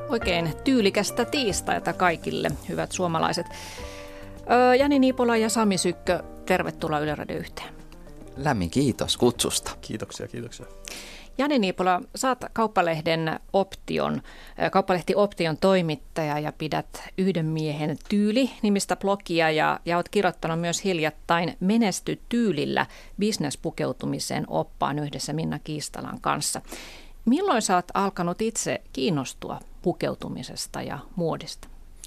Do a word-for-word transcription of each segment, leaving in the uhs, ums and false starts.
Oikein tyylikästä tiistaita kaikille, hyvät suomalaiset. Öö, Jani Niipola ja Sami Sykkö, tervetuloa Yle Radio yhteen. Lämmin kiitos kutsusta. Kiitoksia, kiitoksia. Jani Niipola, saat Kauppalehden Option, Kauppalehti Option toimittaja ja pidät Yhden miehen tyyli-nimistä blogia ja, ja olet kirjoittanut myös hiljattain Menesty tyylillä business-pukeutumiseen oppaan yhdessä Minna Kiistalan kanssa. Milloin sä oot alkanut itse kiinnostua pukeutumisesta ja muodista?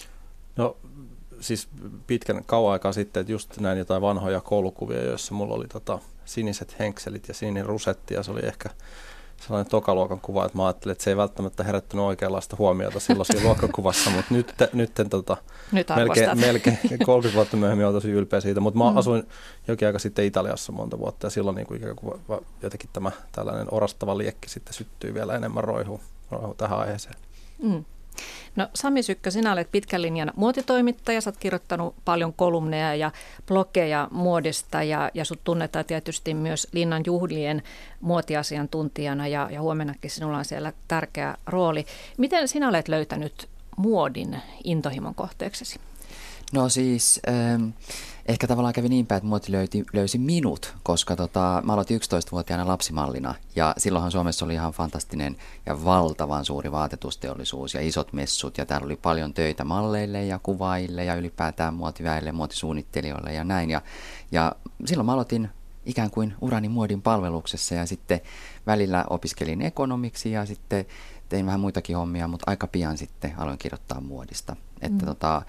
No siis pitkän kauan aikaa sitten, että just näin jotain vanhoja koulukuvia, joissa mulla oli tota, siniset henkselit ja sininen rusetti ja se oli ehkä sellainen tokaluokan kuva, että mä ajattelin, että se ei välttämättä herättänyt oikeanlaista huomiota silloin siinä luokkakuvassa, mutta nyt, nyt, tota, nyt melkein, melkein kolmekymmentä vuotta myöhemmin olen tosi ylpeä siitä, mutta mä mm. asuin jokin aika sitten Italiassa monta vuotta ja silloin niin kuin ikään kuin jotenkin tämä tällainen orastava liekki sitten syttyi vielä enemmän roihuun, roihuun tähän aiheeseen. Mm. No Sami Sykkö, sinä olet pitkän linjan muotitoimittaja, sä oot kirjoittanut paljon kolumneja ja blogeja muodista ja, ja sut tunnetaan tietysti myös Linnan juhlien muotiasiantuntijana ja, ja huomennakin sinulla on siellä tärkeä rooli. Miten sinä olet löytänyt muodin intohimon kohteeksesi? No siis ähm, ehkä tavallaan kävi niin päin, että muoti löyti, löysi minut, koska tota, mä aloitin yksitoistavuotiaana lapsimallina ja silloinhan Suomessa oli ihan fantastinen ja valtavan suuri vaatetusteollisuus ja isot messut ja täällä oli paljon töitä malleille ja kuvaajille ja ylipäätään muotiväelle, muotisuunnittelijoille ja näin ja, ja silloin mä aloitin ikään kuin urani muodin palveluksessa ja sitten välillä opiskelin ekonomiksi ja sitten tein vähän muitakin hommia, mutta aika pian sitten aloin kirjoittaa muodista, että mm. tota,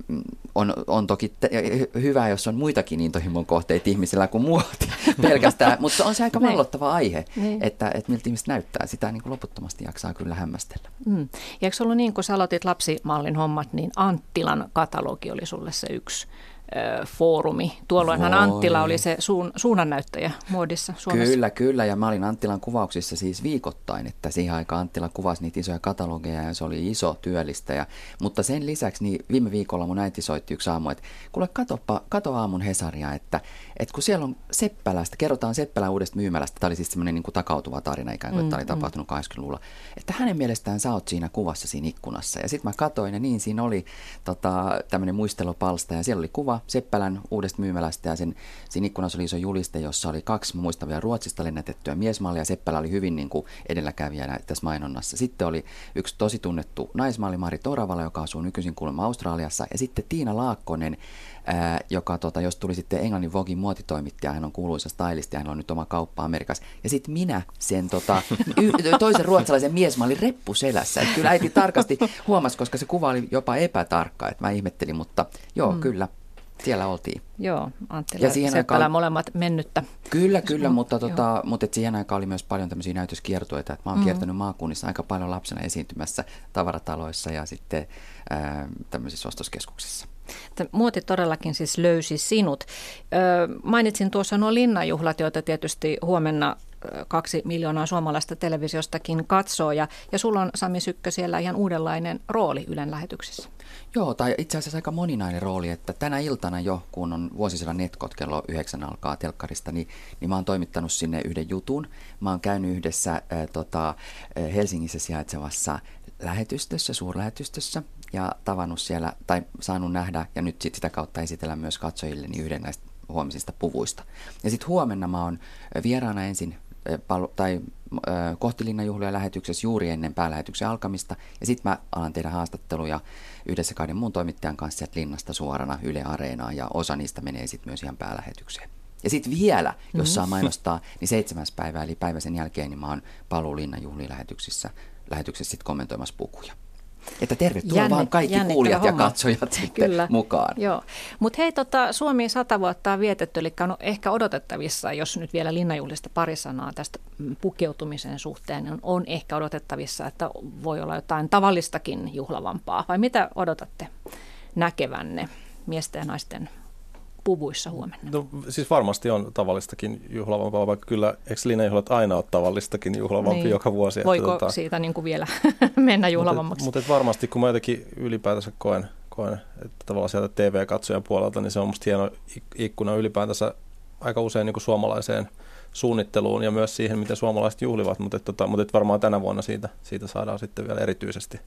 On, on toki te- hyvä, jos on muitakin intohimon kohteita ihmisillä kuin muoti pelkästään, mutta on se aika vallottava aihe, että, että miltä ihmiset näyttää. Sitä niin kuin loputtomasti jaksaa kyllä hämmästellä. Mm. Ja eikö ollut niin, kun sä aloitit lapsimallin hommat, niin Anttilan katalogi oli sulle se yksi ö, foorumi. Tuolloinhan Voi. Anttila oli se suun, suunnannäyttäjä muodissa Suomessa. Kyllä, kyllä. Ja mä olin Anttilan kuvauksissa siis viikoittain, että siihen aikaan Anttila kuvasi niitä isoja katalogeja ja se oli iso työllistäjä. Mutta sen lisäksi niin viime viikolla mun äiti soitti yksi aamu, että kuule katoppa, kato aamun Hesaria, että, että kun siellä on Seppälästä, kerrotaan Seppälän uudesta myymälästä, tämä oli siis semmoinen niin kuin takautuva tarina ikään kuin, että tämä oli tapahtunut kahdeksankymmentäluvulla, että hänen mielestään sä oot siinä kuvassa siinä ikkunassa. Ja sitten mä katoin ja niin siinä oli tota, tämmöinen muistelupalsta ja siellä oli kuva Seppälän uudesta myymälästä ja sen, siinä ikkunassa oli iso juliste, jossa oli kaksi muistavia Ruotsista lennätettyä miesmallia. Seppälä oli hyvin niin kuin edelläkävijänä tässä mainonnassa. Sitten oli yksi tosi tunnettu naismalli Mari Toravala, joka asuu nykyisin kuulemma Australiassa ja sitten Tiina Laakkonen, ää, joka tota, jos tuli sitten Englannin Voguein muotitoimittaja, hän on kuuluisa stylisti ja hän on nyt oma kauppa Amerikassa. Ja sitten minä sen tota, y- toisen ruotsalaisen miesmallin reppuselässä. Et kyllä äiti tarkasti huomasi, koska se kuva oli jopa epätarkka, että mä ihmettelin, mutta joo, mm. kyllä. Siellä oltiin. Joo, Anttila ja Seppälä aikaan, molemmat mennyttä. Kyllä, kyllä, mutta, tota, mutta et siihen aikaan oli myös paljon tämmöisiä näytöskiertueita. Mä oon mm. kiertänyt maakunnissa aika paljon lapsena esiintymässä tavarataloissa ja sitten ää, tämmöisissä ostoskeskuksissa. Muoti todellakin siis löysi sinut. Ö, mainitsin tuossa nuo linnanjuhlat, joita tietysti huomenna kaksi miljoonaa suomalaista televisiostakin katsoo. Ja, ja sulla on, Sami Sykkö, siellä ihan uudenlainen rooli Ylen lähetyksessä. Joo, tai itse asiassa aika moninainen rooli, että tänä iltana jo, kun on vuosisella Netkot kello yhdeksän alkaa telkkarista, niin, niin mä oon toimittanut sinne yhden jutun. Mä oon käynyt yhdessä äh, tota, Helsingissä sijaitsevassa lähetystössä, suurlähetystössä ja tavannut siellä, tai saanut nähdä ja nyt sit sitä kautta esitellä myös katsojille niin yhden näistä huomisista puvuista. Ja sitten huomenna mä oon vieraana ensin pal- tai kohti Linnanjuhlia lähetyksessä juuri ennen päälähetyksen alkamista. Ja sitten mä alan tehdä haastatteluja yhdessä kahden muun toimittajan kanssa sieltä Linnasta suorana Yle Areenaan. Ja osa niistä menee sitten myös ihan päälähetykseen. Ja sitten vielä, jos saa mainostaa, niin seitsemäs päivä eli päivä sen jälkeen, niin mä oon paluu Linnanjuhlia lähetyksissä, lähetyksessä sitten kommentoimassa pukuja. Että tervetuloa Jänne, vaan kaikki kuulijat homma. Ja katsojat sitten Kyllä. mukaan. Joo. Mutta hei, tota, Suomi sata vuotta on vietetty, eli on ehkä odotettavissa, jos nyt vielä Linnanjuhlista pari sanaa tästä pukeutumisen suhteen, niin on ehkä odotettavissa, että voi olla jotain tavallistakin juhlavampaa. Vai mitä odotatte näkevänne miesten ja naisten puvuissa huomenna? No, siis varmasti on tavallistakin juhlavampaa, vaikka kyllä eikö Linnanjuhlat aina ole tavallistakin juhlavampi niin. joka vuosi. Voiko että, siitä niin kuin vielä mennä juhlavammaksi? Mutta mut varmasti, kun mä jotenkin ylipäätänsä koen, koen, että tavallaan sieltä T V-katsojan puolelta, niin se on musta hieno ikkuna ylipäätänsä aika usein niin kuin suomalaiseen suunnitteluun ja myös siihen, miten suomalaiset juhlivat, mutta, tota, mutta varmaan tänä vuonna siitä, siitä saadaan sitten vielä erityisesti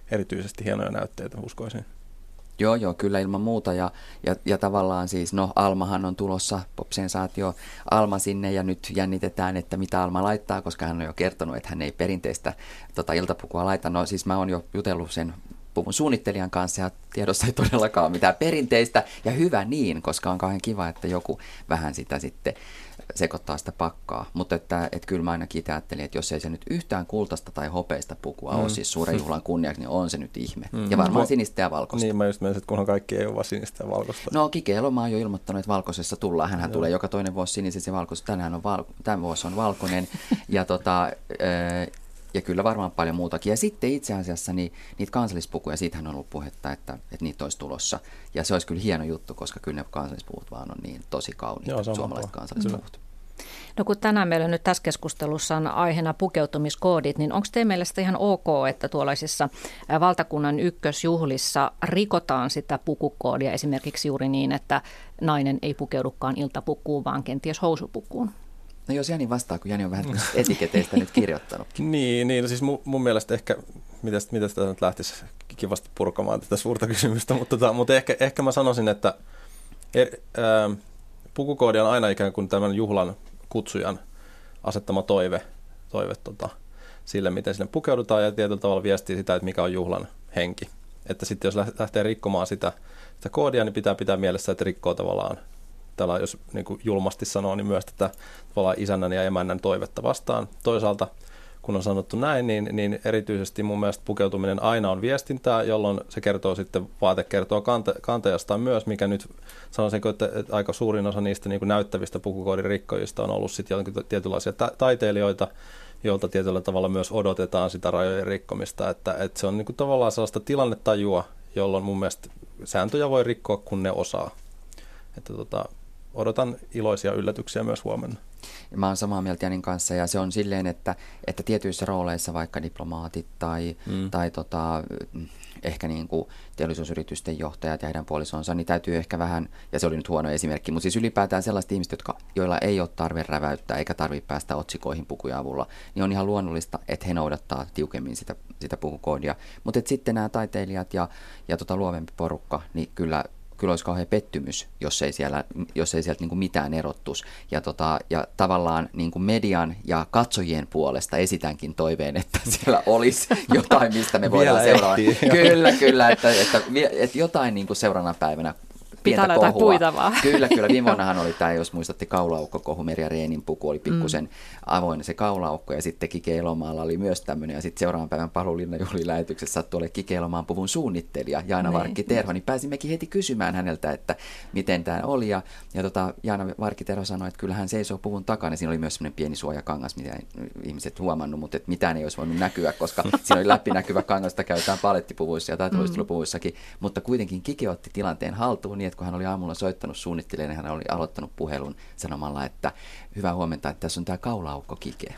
erityisesti hienoja näytteitä, uskoisin. Joo, joo, kyllä ilman muuta. Ja, ja, ja tavallaan siis, no Almahan on tulossa, Pop-sensaatio Alma sinne ja nyt jännitetään, että mitä Alma laittaa, koska hän on jo kertonut, että hän ei perinteistä tota, iltapukua laita. No siis mä oon jo jutellut sen puvun suunnittelijan kanssa ja tiedossa ei todellakaan ole mitään perinteistä ja hyvä niin, koska on kauhean kiva, että joku vähän sitä sitten sekoittaa sitä pakkaa. Mutta että, että kyllä mä ainakin itse ajattelin, että jos ei se nyt yhtään kultaista tai hopeista pukua mm. ole siis suuren juhlan kunniaksi, niin on se nyt ihme. Mm. Ja varmaan sinistä ja valkoista. Niin, mä just menisin, että kunhan kaikki ei ole vaan sinistä ja valkoista. No Kike Elomaa on jo ilmoittanut, että valkoisessa tullaan. Hänhän Joo. tulee joka toinen vuosi sinisessä ja valkoisessa. Tänään on val- tämän vuosi on valkoinen. ja tota... Ja kyllä varmaan paljon muutakin. Ja sitten itse asiassa niin, niitä kansallispukuja, siitähän on ollut puhetta, että, että niitä olisi tulossa. Ja se olisi kyllä hieno juttu, koska kyllä ne kansallispuvut vaan on niin tosi kauniita, Joo, suomalaiset kansallispuvut. No kun tänään meillä nyt tässä keskustelussa on aiheena pukeutumiskoodit, niin onko teidän mielestä ihan ok, että tuollaisissa valtakunnan ykkösjuhlissa rikotaan sitä pukukoodia esimerkiksi juuri niin, että nainen ei pukeudukaan iltapukuun, vaan kenties housupukuun? No jos Jani vastaa, kun Jani on vähän etiketeistä nyt kirjoittanut. Niin, niin siis mun, mun mielestä ehkä, mitä, mitä sitä nyt lähtisi kivasti purkamaan tätä suurta kysymystä, mutta, tota, mutta ehkä, ehkä mä sanoisin, että er, ää, pukukoodi on aina ikään kuin tämän juhlan kutsujan asettama toive, toive tota, sille, miten sinne pukeudutaan ja tietyllä tavalla viestii sitä, että mikä on juhlan henki. Että sitten jos lähtee rikkomaan sitä, sitä koodia, niin pitää pitää mielessä, että rikkoo tavallaan tällä, jos niin kuin julmasti sanoo, niin myös tätä tavallaan isännän ja emännän toivetta vastaan. Toisaalta, kun on sanottu näin, niin, niin erityisesti mun mielestä pukeutuminen aina on viestintää, jolloin se kertoo sitten, vaate kertoo kante, kantajastaan myös, mikä nyt sanoisinko, että, että aika suurin osa niistä niin kuin näyttävistä pukukoodin rikkojista on ollut sitten jotenkin tietynlaisia ta- taiteilijoita, joilta tietyllä tavalla myös odotetaan sitä rajojen rikkomista, että, että se on niin kuin tavallaan sellaista tilannetajua, jolloin mun mielestä sääntöjä voi rikkoa, kun ne osaa. Että tota, odotan iloisia yllätyksiä myös huomenna. Mä oon samaa mieltä Janin kanssa ja se on silleen, että, että tietyissä rooleissa vaikka diplomaatit tai, mm. tai tota, ehkä niin kuin teollisuusyritysten johtajat ja heidän puolisonsa, niin täytyy ehkä vähän, ja se oli nyt huono esimerkki, mutta siis ylipäätään sellaiset ihmiset, jotka, joilla ei ole tarve räväyttää eikä tarvitse päästä otsikoihin pukuja avulla, niin on ihan luonnollista, että he noudattaa tiukemmin sitä, sitä pukukoodia. Mutta sitten nämä taiteilijat ja, ja tota luovempi porukka, niin kyllä Kyllä olisi kauhean pettymys, jos ei, siellä, jos ei sieltä niin kuin mitään erottus. Ja, tota, ja tavallaan niin kuin median ja katsojien puolesta esitänkin toiveen, että siellä olisi jotain, mistä me voidaan seurata. Kyllä, kyllä, että, että, että jotain niin kuin seuraavana päivänä. Pitää olla jotain puitavaa. Kyllä, kyllä. Viime vuonnahan oli tämä, jos muistatte, kaulaukko-kohu. Merja Reenin puku oli pikkusen mm. avoin se kaulaukko ja sitten Kike Elomaalla oli myös tämmöinen. Ja sitten seuraavan päivän Palulinnan juhlilähetyksessä sattui olemaan Kike Elomaan puvun suunnittelija Jaana Varkki-Terho. Niin pääsimmekin heti kysymään häneltä, että miten tämä oli. Ja, ja tota, Jaana Varkki-Terho sanoi, että kyllä hän seisoo puvun takana. Siinä oli myös semmoinen pieni suojakangas, mitä ihmiset huomannut, mutta että mitään ei olisi voinut näkyä, koska siinä oli läpinäkyvä kangas, jota käytetään palettipuvuissa ja taitoluistelupuvuissakin. Mutta kuitenkin Kike otti tilanteen haltuun niin, että kun hän oli aamulla soittanut suunnittelijana, hän oli aloittanut puhelun sanomalla, että hyvää huomenta, että tässä on tämä kaulaukko Kike.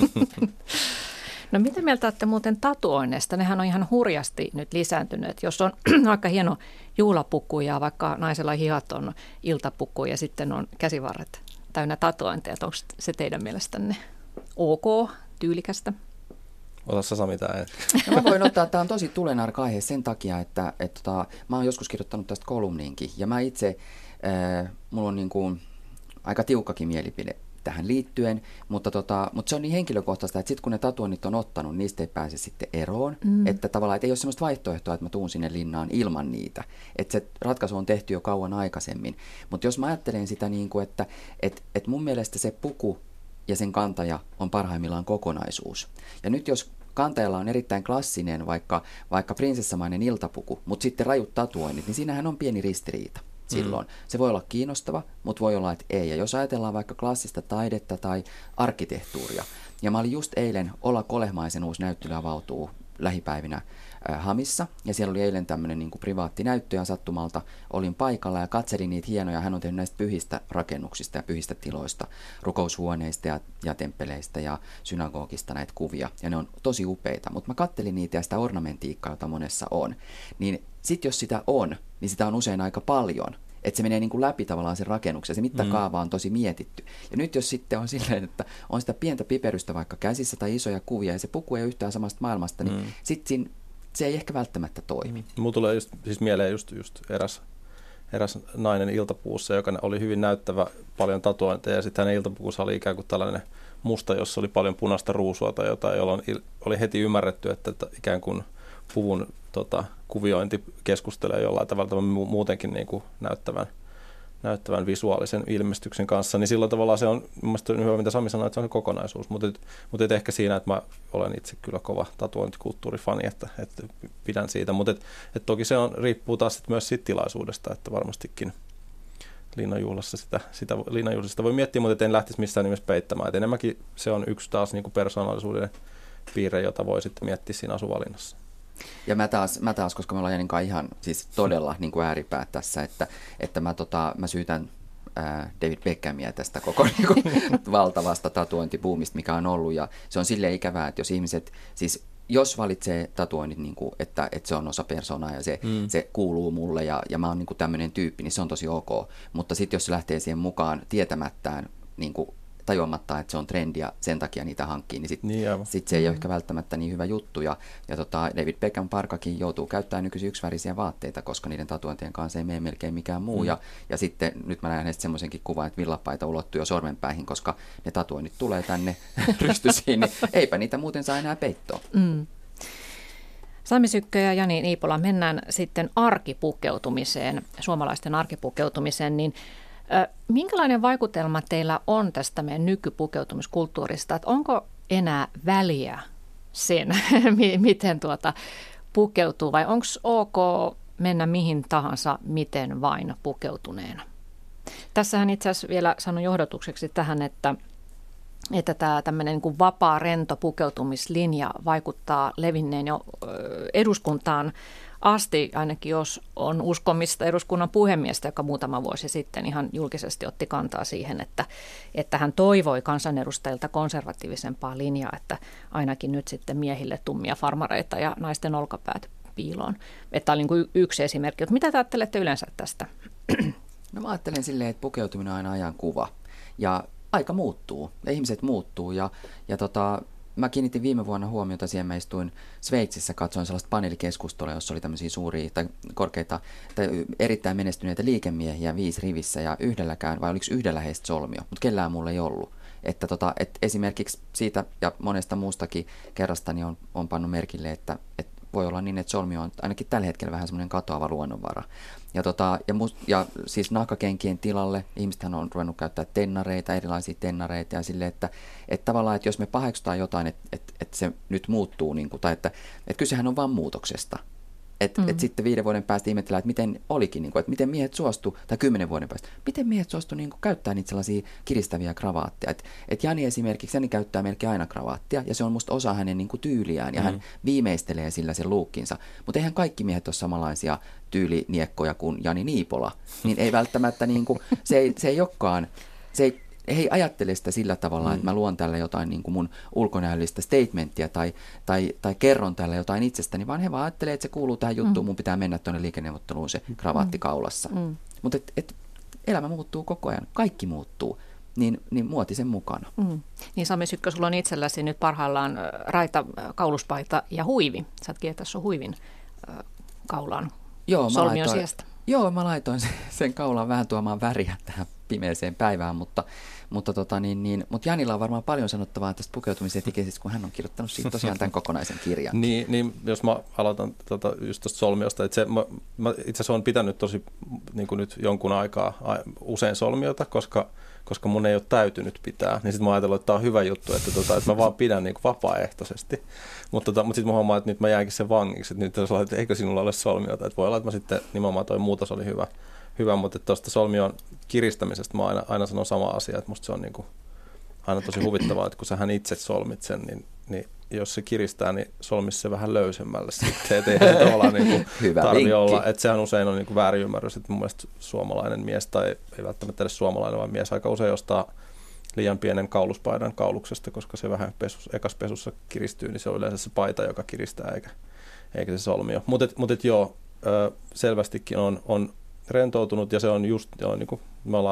No mitä mieltä olette muuten tatuoinneista? Nehän on ihan hurjasti nyt lisääntyneet. Jos on aika hieno juhlapuku ja vaikka naisella hihat on iltapuku ja sitten on käsivarret täynnä tatuointeja, onko se teidän mielestänne ok, tyylikästä? Ota sä Sami tää no mä voin ottaa, tämä on tosi tulenarka aihe sen takia, että et, tota, mä oon joskus kirjoittanut tästä kolumniinkin ja mä itse, äh, mulla on niin kuin aika tiukkakin mielipide tähän liittyen, mutta, tota, mutta se on niin henkilökohtaista, että sitten kun ne tatuoinnit on ottanut, niistä ei pääse sitten eroon, mm. että tavallaan että ei ole sellaista vaihtoehtoa, että mä tuun sinne linnaan ilman niitä, että se ratkaisu on tehty jo kauan aikaisemmin, mutta jos mä ajattelen sitä niin kuin, että et, et mun mielestä se puku ja sen kantaja on parhaimmillaan kokonaisuus. Ja nyt jos kantajalla on erittäin klassinen, vaikka, vaikka prinsessamainen iltapuku, mutta sitten rajut tatuoinnit, niin siinähän on pieni ristiriita silloin. Mm. Se voi olla kiinnostava, mutta voi olla, että ei. Ja jos ajatellaan vaikka klassista taidetta tai arkkitehtuuria, ja mä olin just eilen Olla Kolehmaisen uusi näyttely avautuu lähipäivinä äh, Hamissa, ja siellä oli eilen tämmöinen niin kuin privaatti näyttö, ja sattumalta olin paikalla ja katselin niitä hienoja. Hän on tehnyt näistä pyhistä rakennuksista ja pyhistä tiloista, rukoushuoneista ja, ja temppeleistä ja synagogista näitä kuvia, ja ne on tosi upeita, mutta mä kattelin niitä ja sitä ornamentiikkaa, jota monessa on, niin sitten jos sitä on, niin sitä on usein aika paljon. Että se menee niin kuin läpi tavallaan sen rakennuksen. Se mittakaava on tosi mietitty. Ja nyt jos sitten on silleen, että on sitä pientä piperystä vaikka käsissä tai isoja kuvia ja se puku ei ole yhtään samasta maailmasta, niin mm. sitten siinä se ei ehkä välttämättä toimi. Mulla tulee just, siis mieleen just, just eräs, eräs nainen iltapuussa, joka oli hyvin näyttävä, paljon tatuointeja, ja sitten hänen iltapuussa oli ikään kuin tällainen musta, jossa oli paljon punaista ruusua tai jotain, jolloin oli heti ymmärretty, että ikään kuin puvun tota, kuviointi keskustelee jollain tavalla muutenkin niin kuin näyttävän, näyttävän visuaalisen ilmestyksen kanssa, niin silloin tavallaan se on, mielestäni on hyvä, mitä Sami sanoi, että se on se kokonaisuus, mutta, et, mutta et ehkä siinä, että mä olen itse kyllä kova tatuointikulttuurifani, että, että pidän siitä, mutta et, et toki se on, riippuu taas myös siitä tilaisuudesta, että varmastikin linnanjuhlassa sitä, sitä, linnanjuhlassa sitä voi miettiä, mutta en lähtisi missään nimessä peittämään, että enemmänkin se on yksi taas niin kuin persoonallisuuden piirre, jota voi sitten miettiä siinä asuvalinnassa. Ja mä taas, mä taas, koska me ollaan Janin kanssa ihan siis todella niin kuin ääripäät tässä, että, että mä, tota, mä syytän ää, David Beckhamia tästä koko niin kuin, valtavasta tatuointibuumista, mikä on ollut. Ja se on silleen ikävää, että jos ihmiset, siis jos valitsee tatuoinnit, niin kuin, että, että se on osa persoonaa ja se, mm. se kuuluu mulle ja, ja mä oon niin kuin tämmöinen tyyppi, niin se on tosi ok. Mutta sitten jos se lähtee siihen mukaan tietämättään, niin kuin tajuamatta, että se on trendi ja sen takia niitä hankkii, niin sitten niin sit se ei ole ehkä välttämättä niin hyvä juttu. Ja, ja tota, David Beckham parkakin joutuu käyttämään nykyisin yksivärisiä vaatteita, koska niiden tatuointien kanssa ei mene melkein mikään muu. Mm. Ja, ja sitten nyt mä näen hänestä semmoisenkin kuvan, että villapaita ulottuu jo sormenpäihin, koska ne tatuoinnit tulee tänne rystysiin, niin eipä niitä muuten saa enää peittoa. Mm. Sami Sykkö ja Jani Niipola, mennään sitten arkipukeutumiseen, suomalaisten arkipukeutumiseen, niin minkälainen vaikutelma teillä on tästä meidän nykypukeutumiskulttuurista? Että onko enää väliä sen, miten tuota pukeutuu, vai onko ok mennä mihin tahansa, miten vain pukeutuneena? Tässähän itse asiassa vielä sanon johdatukseksi tähän, että, että tämä tämmöinen niin kuin vapaa, rento pukeutumislinja vaikuttaa levinneen jo eduskuntaan asti, ainakin jos on uskomista eduskunnan puhemiestä, joka muutama vuosi sitten ihan julkisesti otti kantaa siihen, että, että hän toivoi kansanedustajilta konservatiivisempaa linjaa, että ainakin nyt sitten miehille tummia farmareita ja naisten olkapäät piiloon. Että tämä on niin kuin yksi esimerkki. Mutta mitä te ajattelette yleensä tästä? No mä ajattelen silleen, että pukeutuminen on aina ajan kuva ja aika muuttuu ja ihmiset muuttuu ja, ja tota, mä kiinnitin viime vuonna huomiota siihen, mä istuin Sveitsissä, katsoin sellaista paneelikeskustelua, jossa oli tämmöisiä suuria tai korkeita tai erittäin menestyneitä liikemiehiä viisi rivissä ja yhdelläkään, vai oliko yhdellä heistä solmio, mutta kellään mulla ei ollut. Että tota, et esimerkiksi siitä ja monesta muustakin kerrasta niin on, on pannut merkille, että et voi olla niin, että solmio on ainakin tällä hetkellä vähän semmoinen katoava luonnonvara. Ja, tota, ja, must, ja siis nahkakenkien tilalle ihmisethän on ruvennut käyttää tennareita, erilaisia tennareita ja silleen, että, että tavallaan, että jos me paheksutaan jotain, että, että, että se nyt muuttuu, niin kuin, tai että, että kysehän on vaan muutoksesta. Että mm. et sitten viiden vuoden päästä ihmetellään, että miten olikin, niin kuin, että miten miehet suostu, tai kymmenen vuoden päästä, miten miehet suostu niin käyttää niitä sellaisia kiristäviä kravaatteja. Että et Jani esimerkiksi, Jani käyttää melkein aina kravaattia, ja se on musta osa hänen niin kuin tyyliään, ja mm. hän viimeistelee sillä sen luukkinsa. Mutta eihän kaikki miehet ole samanlaisia tyyliniekkoja kuin Jani Niipola, niin ei välttämättä, niin kuin, se, ei, se ei olekaan, se ei, he ei ajattele sitä sillä tavalla, mm. että mä luon tällä jotain niin kuin mun ulkonäöllistä statementtia tai, tai, tai kerron tällä jotain itsestäni, vaan he vaan ajattelee, että se kuuluu tähän juttuun, mm. mun pitää mennä tuonne liikenneuvotteluun se kravaatti kaulassa. Mm. Mutta et, et, elämä muuttuu koko ajan, kaikki muuttuu, niin, niin muoti sen mukana. Mm. Niin Sami Sykkö, sulla on itselläsi nyt parhaillaan raita, kauluspaita ja huivi. Sä oot kieltänyt sun huivin äh, kaulaan solmion sijasta. Joo, mä laitoin sen, sen kaulan vähän tuomaan väriä tähän pimeeseen päivään, mutta, mutta, tota, niin, niin, mutta Janilla on varmaan paljon sanottavaa tästä pukeutumisen etiketistä, kun hän on kirjoittanut siitä tosiaan tämän kokonaisen kirjan. niin, niin, jos mä aloitan tota, just tuosta solmiosta, että se, mä, mä itse asiassa olen pitänyt tosi niin kuin nyt jonkun aikaa usein solmiota, koska, koska mun ei ole täytynyt pitää, niin sitten mä ajattelin, että tämä on hyvä juttu, että, tota, että mä vaan pidän niin kuin vapaaehtoisesti. Mutta tota, mutta sitten mä huomaan, että nyt mä jäänkin sen vangiksi, että nyt jos että eikö sinulla ole solmiota, että voi olla, että mä sitten nimenomaan toi muutos oli hyvä, hyvä mutta tuosta solmion kiristämisestä mä aina, aina sanon sama asia, että musta se on niin kuin aina tosi huvittavaa, että kun sähän itse solmit sen, niin, niin jos se kiristää, niin solmis se vähän löysemmälle sitten, että eihän se tavallaan niin tarvitse olla, että sehän usein on niin kuin väärinymmärrys, että mun mielestä suomalainen mies, tai ei välttämättä edes suomalainen, vaan mies aika usein ostaa liian pienen kauluspaidan kauluksesta, koska se vähän pesus, ekas pesussa kiristyy, niin se on yleensä se paita, joka kiristää, eikä, eikä se solmio. Mutta mut et joo, selvästikin on, on rentoutunut, ja se on just, joo, niin kuin me ollaan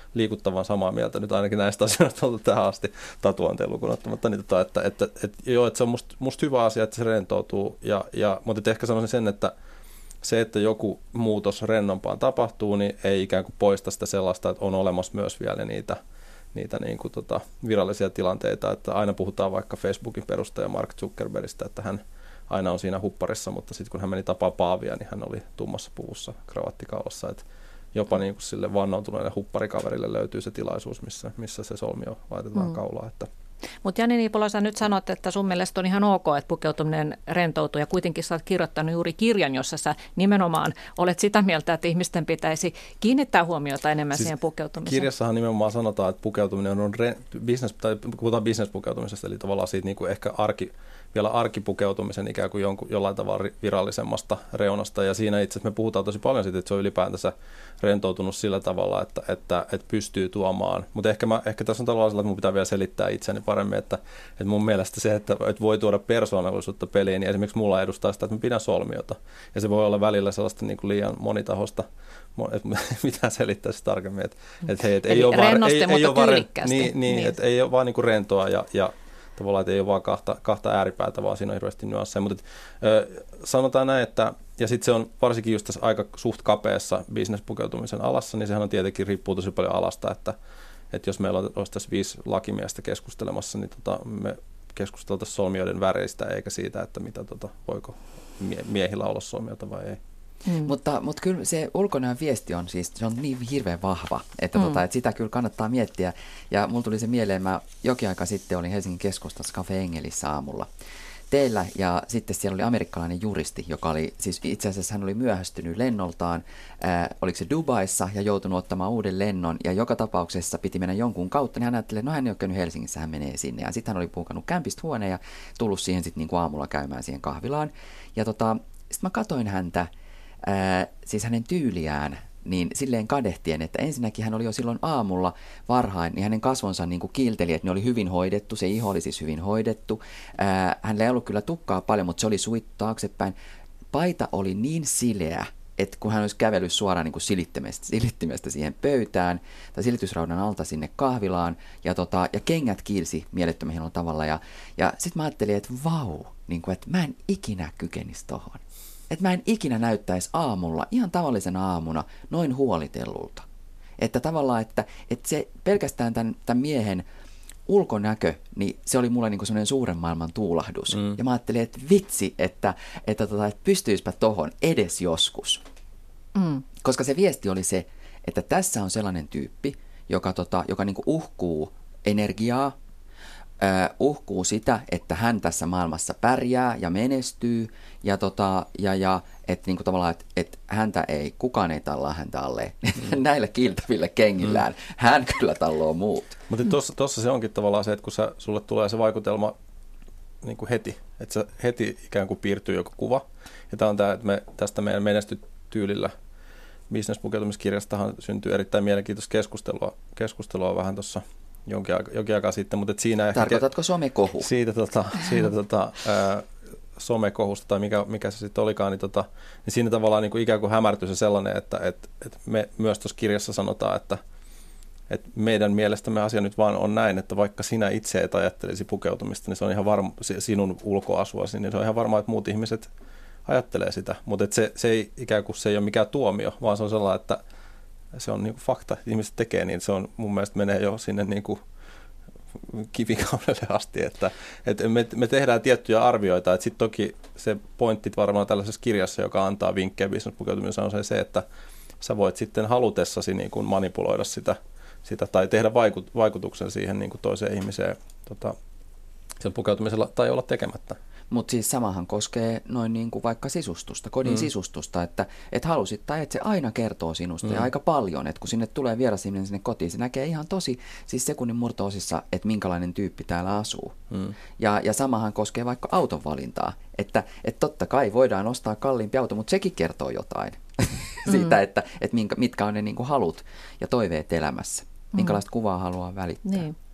liikuttavan samaa mieltä nyt ainakin näistä asioista oltu tähän asti tatuanteen lukuun ottamatta. Niin tota, että, että, että, että, joo, että se on musta, musta hyvä asia, että se rentoutuu. Ja, ja, mutta ehkä sanoisin sen, että se, että joku muutos rennompaan tapahtuu, niin ei ikään kuin poista sitä sellaista, että on olemassa myös vielä niitä, niitä niin kuin tota virallisia tilanteita. Että aina puhutaan vaikka Facebookin perustaja Mark Zuckerbergistä, että hän aina on siinä hupparissa, mutta sitten kun hän meni tapaa Paavia, niin hän oli tummassa puvussa kravattikaulossa. Että jopa niin kuin sille vannoutuneelle hupparikaverille löytyy se tilaisuus, missä, missä se solmio laitetaan mm. kaulaan. Että mutta Jani Niipola, sä nyt sanot, että sun mielestä on ihan ok, että pukeutuminen rentoutuu, ja kuitenkin sä oot kirjoittanut juuri kirjan, jossa sä nimenomaan olet sitä mieltä, että ihmisten pitäisi kiinnittää huomiota enemmän siis siihen pukeutumiseen. Kirjassahan nimenomaan sanotaan, että pukeutuminen on, re, business, tai puhutaan business-pukeutumisesta, eli tavallaan siitä niin kuin ehkä arki, vielä arkipukeutumisen ikään kuin jonkun, jollain tavalla virallisemmasta reunasta, ja siinä itse asiassa me puhutaan tosi paljon siitä, että se on ylipäätänsä rentoutunut sillä tavalla, että, että, että pystyy tuomaan, mutta ehkä, mä, ehkä tässä on tavallaan sillä, että mun pitää vielä selittää itseäni paremmin, että, että mun mielestä se, että, että voi tuoda persoonallisuutta peliin, niin esimerkiksi mulla edustaa sitä, että mä pidän solmiota, ja se voi olla välillä sellaista niin kuin liian monitahosta, että mitä selittää se tarkemmin, että, että hei, että ei ole vaan, ei, ei ole vaan, niin, niin, että ei ole vaan niin kuin rentoa ja, ja tavallaan, että ei ole vaan kahta, kahta ääripäätä, vaan siinä on hirveästi nyansseja. Mutta ö, sanotaan näin, että ja sitten se on varsinkin just tässä aika suht kapeassa business-pukeutumisen alassa, niin sehän on tietenkin riippuu tosi paljon alasta, että, että jos meillä olisi tässä viisi lakimiestä keskustelemassa, niin tota, me keskusteltaisiin solmioiden väreistä eikä siitä, että mitä tota, voiko mie- miehillä olla solmiota vai ei. Mm. Mutta, mutta kyllä se ulkonäön viesti on siis, se on niin hirveän vahva, että, mm. tota, että sitä kyllä kannattaa miettiä. Ja mulla tuli se mieleen, mä jokin aika sitten olin Helsingin keskustassa Cafe Engelissä aamulla teillä, ja sitten siellä oli amerikkalainen juristi, joka oli, siis itse asiassa hän oli myöhästynyt lennoltaan, ää, oliko se Dubaissa, ja joutunut ottamaan uuden lennon, ja joka tapauksessa piti mennä jonkun kautta, niin hän ajatteli, no hän ei ole käynyt Helsingissä, hän menee sinne, ja sitten hän oli puukannut kämpistä huoneen, ja tullut siihen sitten niin kuin aamulla käymään siihen kahvilaan, ja tota, sitten mä katoin häntä, ää, siis hänen tyyliään, niin silleen kadehtien, että ensinnäkin hän oli jo silloin aamulla varhain, niin hänen kasvonsa niin kuin kiilteli, että ne oli hyvin hoidettu, se iho oli siis hyvin hoidettu. Ää, hänellä ei ollut kyllä tukkaa paljon, mutta se oli suittu taaksepäin. Paita oli niin sileä, että kun hän olisi kävellyt suoraan niin kuin silittimestä, silittimestä siihen pöytään tai silitysraudan alta sinne kahvilaan, ja, tota, ja kengät kiilsi mielettömän hienolla tavalla. Ja, ja sitten mä ajattelin, että vau, niin kuin, että mä en ikinä kykenisi tohon. Että mä en ikinä näyttäisi aamulla, ihan tavallisena aamuna, noin huolitellulta. Että tavallaan, että, että se pelkästään tämän, tämän miehen ulkonäkö, niin se oli mulle niin kuin semmoinen suuren maailman tuulahdus. Mm. Ja mä ajattelin, että vitsi, että, että, tota, että pystyispä tohon edes joskus. Mm. Koska se viesti oli se, että tässä on sellainen tyyppi, joka, tota, joka niin kuin uhkuu energiaa, Uh, uhkuu sitä, että hän tässä maailmassa pärjää ja menestyy, ja, tota, ja, ja että niinku tavallaan, että et häntä ei, kukaan ei tallaa häntä alle mm. näillä kiiltävillä kengillään. Mm. Hän kyllä talloo muut. Mutta tuossa se onkin tavallaan se, että kun sä, sulle tulee se vaikutelma niin kuin heti, että se heti ikään kuin piirtyy joku kuva. Ja tämä on tämä, että me tästä meidän menestytyylillä business-pukeutumiskirjastahan syntyy erittäin mielenkiintoista keskustelua, keskustelua vähän tuossa jonkin aikaa, jonkin aikaa sitten, mutta siinä tarkoitatko somekohu? Siitä, tota, siitä tota, ää, somekohusta tai mikä, mikä se sitten olikaan, niin, tota, niin siinä tavallaan niin kuin ikään kuin hämärtyi se sellainen, että et, et me myös tuossa kirjassa sanotaan, että et meidän mielestämme asia nyt vaan on näin, että vaikka sinä itse et ajattelisi pukeutumista, niin se on ihan varma, sinun ulkoasuasi, niin se on ihan varma, että muut ihmiset ajattelee sitä, mutta se, se, ei, ikään kuin se ei ole mikään tuomio, vaan se on sellainen, että se on niin kuin fakta, että ihmiset tekee, niin se on mun mielestä menee jo sinne niin kuin kivikaudelle asti, että, että me, me tehdään tiettyjä arvioita, että sitten toki se pointti varmaan tällaisessa kirjassa, joka antaa vinkkejä business-pukeutumisessa, on se, että sä voit sitten halutessasi niin kuin manipuloida sitä, sitä tai tehdä vaikut, vaikutuksen siihen niin kuin toiseen ihmiseen tota, sen pukeutumisella tai olla tekemättä. Mutta siis samahan koskee noin niin kuin vaikka sisustusta, kodin mm. sisustusta, että et halusit tai et se aina kertoo sinusta mm. ja aika paljon, että kun sinne tulee vieras ihminen sinne kotiin, se näkee ihan tosi siis sekunnin murto-osissa, että minkälainen tyyppi täällä asuu. Mm. Ja, ja samahan koskee vaikka auton valintaa, että et totta kai voidaan ostaa kalliimpi auto, mutta sekin kertoo jotain siitä, mm. että et minkä, mitkä on ne niin kuin halut ja toiveet elämässä, minkälaista mm. kuvaa haluaa välittää. Niin.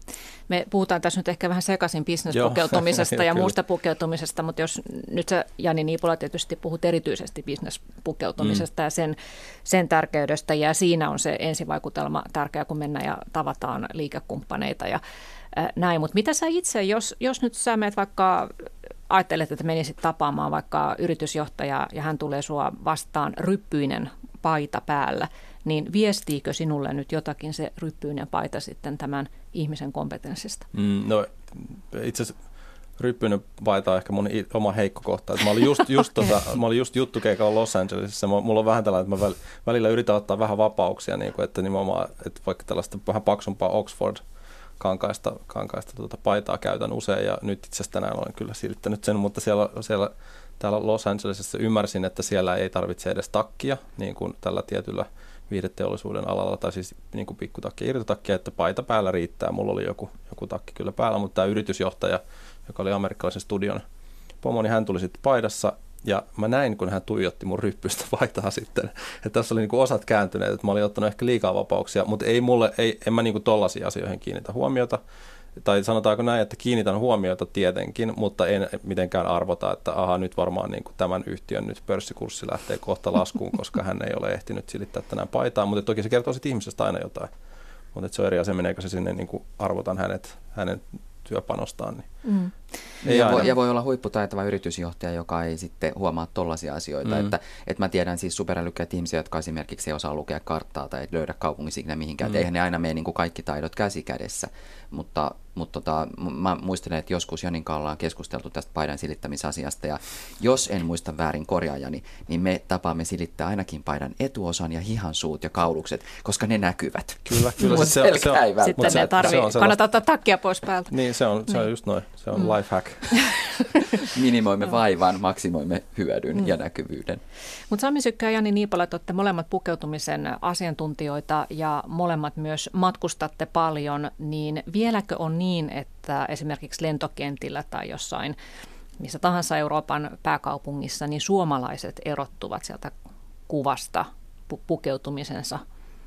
Me puhutaan tässä nyt ehkä vähän sekaisin bisnespukeutumisesta ja muusta pukeutumisesta, mutta jos nyt sä, Jani Niipola, tietysti puhut erityisesti bisnespukeutumisesta mm. ja sen, sen tärkeydestä, ja siinä on se ensivaikutelma tärkeä, kun mennään ja tavataan liikekumppaneita ja äh, näin. Mutta mitä sä itse, jos, jos nyt sä meet vaikka, ajattelet, että menisit tapaamaan vaikka yritysjohtaja ja hän tulee sua vastaan ryppyinen paita päällä, niin viestiikö sinulle nyt jotakin se ryppyinen paita sitten tämän ihmisen kompetenssista? Mm, no itse asiassa ryppyinen paita on ehkä mun oma heikko kohta. Mä olin just, just, tota, mä olin just juttukeikalla Los Angelesissa. Mulla on vähän tällainen, että mä välillä yritän ottaa vähän vapauksia, niin kuin, että, nimenomaan, että vaikka tällaista vähän paksumpaa Oxford-kankaista kankaista, tuota, paitaa käytän usein, ja nyt itse asiassa tänään olen kyllä silittänyt sen, mutta siellä, siellä täällä Los Angelesissa ymmärsin, että siellä ei tarvitse edes takkia, niin kuin tällä tietyllä viihdeteollisuuden alalla, tai siis niin kuin pikkutakki, irtotakkia, että paita päällä riittää. Mulla oli joku, joku takki kyllä päällä, mutta tämä yritysjohtaja, joka oli amerikkalaisen studion pomo, niin hän tuli sitten paidassa, ja mä näin, kun hän tuijotti mun ryppyistä paitaa sitten, että tässä oli niin kuin osat kääntyneet, että mä olin ottanut ehkä liikaa vapauksia, mutta ei mulle, ei, en mä niin kuin tollaisiin asioihin kiinnitä huomiota, tai sanotaanko näin, että kiinnitän huomiota tietenkin, mutta en mitenkään arvota, että aha, nyt varmaan niin kuin tämän yhtiön nyt pörssikurssi lähtee kohta laskuun, koska hän ei ole ehtinyt silittää tänään paitaa, mutta toki se kertoo sitten ihmisestä aina jotain, mutta se on eri asia, meneekö se sinne, niin kuin arvotan hänet, hänen työpanostaan. Niin. Mm. Ei ja, voi, ja voi olla huipputaitava yritysjohtaja, joka ei sitten huomaa tollaisia asioita. Mm. Että, että mä tiedän siis superälykkäitä ihmisiä, jotka esimerkiksi ei osaa lukea karttaa tai ei löydä kaupungissa ikinä mihinkään. Mm. Eihän ne aina mene niin kuin kaikki taidot käsi kädessä. Mutta, mutta tota, mä muistelen, että joskus Janin kanssa ollaan keskusteltu tästä paidan silittämisasiasta. Ja jos en muista väärin korjaajani, niin me tapaamme silittää ainakin paidan etuosan ja hihansuut ja kaulukset, koska ne näkyvät. Kyllä, kyllä. Mutta se, se, se on, sitten ne tarvii, kannattaa ottaa takkia pois päältä. Niin, se on, se on just noin. Se on mm. lifehack. Minimoimme vaivan, maksimoimme hyödyn mm. ja näkyvyyden. Mutta Sami Sykkö ja Jani Niipola, olette molemmat pukeutumisen asiantuntijoita ja molemmat myös matkustatte paljon, niin vieläkö on niin, että esimerkiksi lentokentillä tai jossain missä tahansa Euroopan pääkaupungissa, niin suomalaiset erottuvat sieltä kuvasta pu- pukeutumisensa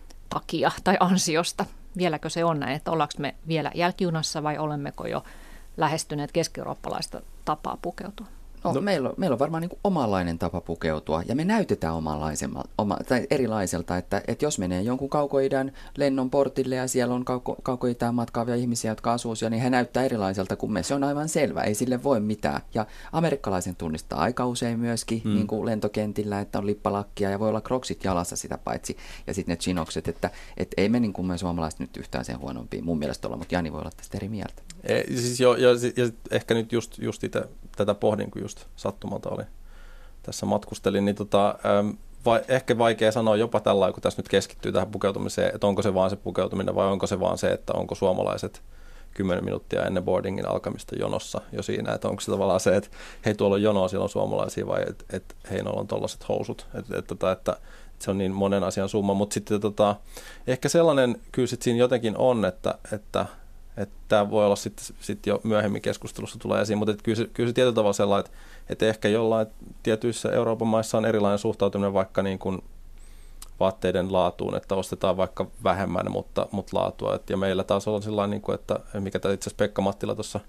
takia tai ansiosta? Vieläkö se on näin, että ollaanko me vielä jälkijunassa vai olemmeko jo lähestyneet keski-eurooppalaista tapaa pukeutua? No, no. Meillä, on, meillä on varmaan niin kuin omanlainen tapa pukeutua ja me näytetään oma, tai erilaiselta, että, että jos menee jonkun kaukoidän lennon portille ja siellä on kauko, kaukoitään matkaavia ihmisiä, jotka asuu siellä, niin he näyttää erilaiselta kuin me. Se on aivan selvä, ei sille voi mitään. Ja amerikkalaisen tunnistaa aika usein myöskin hmm. niin kuin lentokentillä, että on lippalakkia ja voi olla kroksit jalassa sitä paitsi ja sitten ne chinokset, että, että ei me niin kuin me suomalaiset nyt yhtään sen huonompia mun mielestä olla, mutta Jani voi olla tästä eri mieltä. E, siis jo, ja, ja ehkä nyt just, just ite, tätä pohdin, kun just sattumalta oli tässä matkustelin, niin tota, vai, ehkä vaikea sanoa jopa tällä, kun tässä nyt keskittyy tähän pukeutumiseen, että onko se vaan se pukeutuminen vai onko se vaan se, että onko suomalaiset kymmenen minuuttia ennen boardingin alkamista jonossa jo siinä, että onko se tavallaan se, että hei tuolla on jonoa, siellä on suomalaisia vai että et, hei noilla on tollaiset housut, että et, että, että se on niin monen asian summa, mutta sitten tota, ehkä sellainen kyllä sit siinä jotenkin on, että, että Että tämä voi olla sitten sit jo myöhemmin keskustelussa tulee esiin, mutta kyllä se, kyllä se tietyllä tavalla sellainen, että, että ehkä jollain tietyissä Euroopan maissa on erilainen suhtautuminen vaikka niin kuin vaatteiden laatuun, että ostetaan vaikka vähemmän, mutta, mutta laatua. Et, ja meillä taas on sellainen, niin kuin, että mikä itse asiassa Pekka Mattila tuossa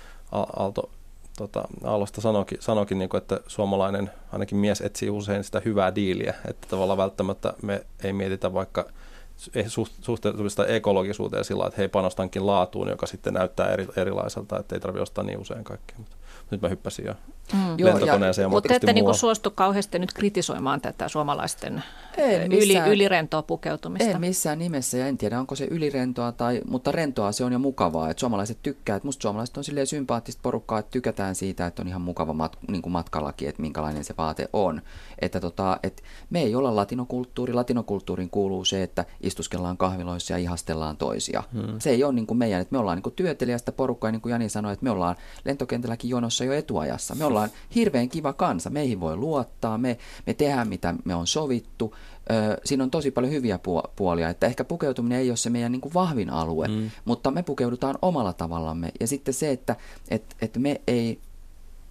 Aalto, tota, Aallosta sanoikin, sanoikin niin kuin, että suomalainen, ainakin mies etsii usein sitä hyvää diiliä, että tavallaan välttämättä me ei mietitä vaikka suhteellisuudesta ekologisuuteen sillä, että hei, panostankin laatuun, joka sitten näyttää eri, erilaiselta, että ei tarvitse ostaa niin usein kaikkea. Mutta nyt mä hyppäsin jo mm. lentokoneeseen. Mutta te ette niinku suostu kauheasti nyt kritisoimaan tätä suomalaisten yli, ylirentoa pukeutumista. Ei missään nimessä, ja en tiedä, onko se ylirentoa, tai, mutta rentoa se on jo mukavaa, että suomalaiset tykkää. Että musta suomalaiset on silleen sympaattista porukkaa, että tykätään siitä, että on ihan mukava mat, niin kuin matkalaki, että minkälainen se vaate on. Että tota, et me ei olla latinokulttuuri. Latinokulttuuriin kuuluu se, että istuskellaan kahviloissa ja ihastellaan toisia. Hmm. Se ei ole niin kuin meidän, että me ollaan niin kuin työtelijästä porukkaa, niin kuin Jani sanoi, että me ollaan lentokentälläkin jonossa jo etuajassa. Me ollaan hirveän kiva kansa, meihin voi luottaa, me, me tehdään mitä me on sovittu. Ö, siinä on tosi paljon hyviä puolia, että ehkä pukeutuminen ei ole se meidän niin kuin vahvin alue, hmm. mutta me pukeudutaan omalla tavallamme. Ja sitten se, että et, et me ei...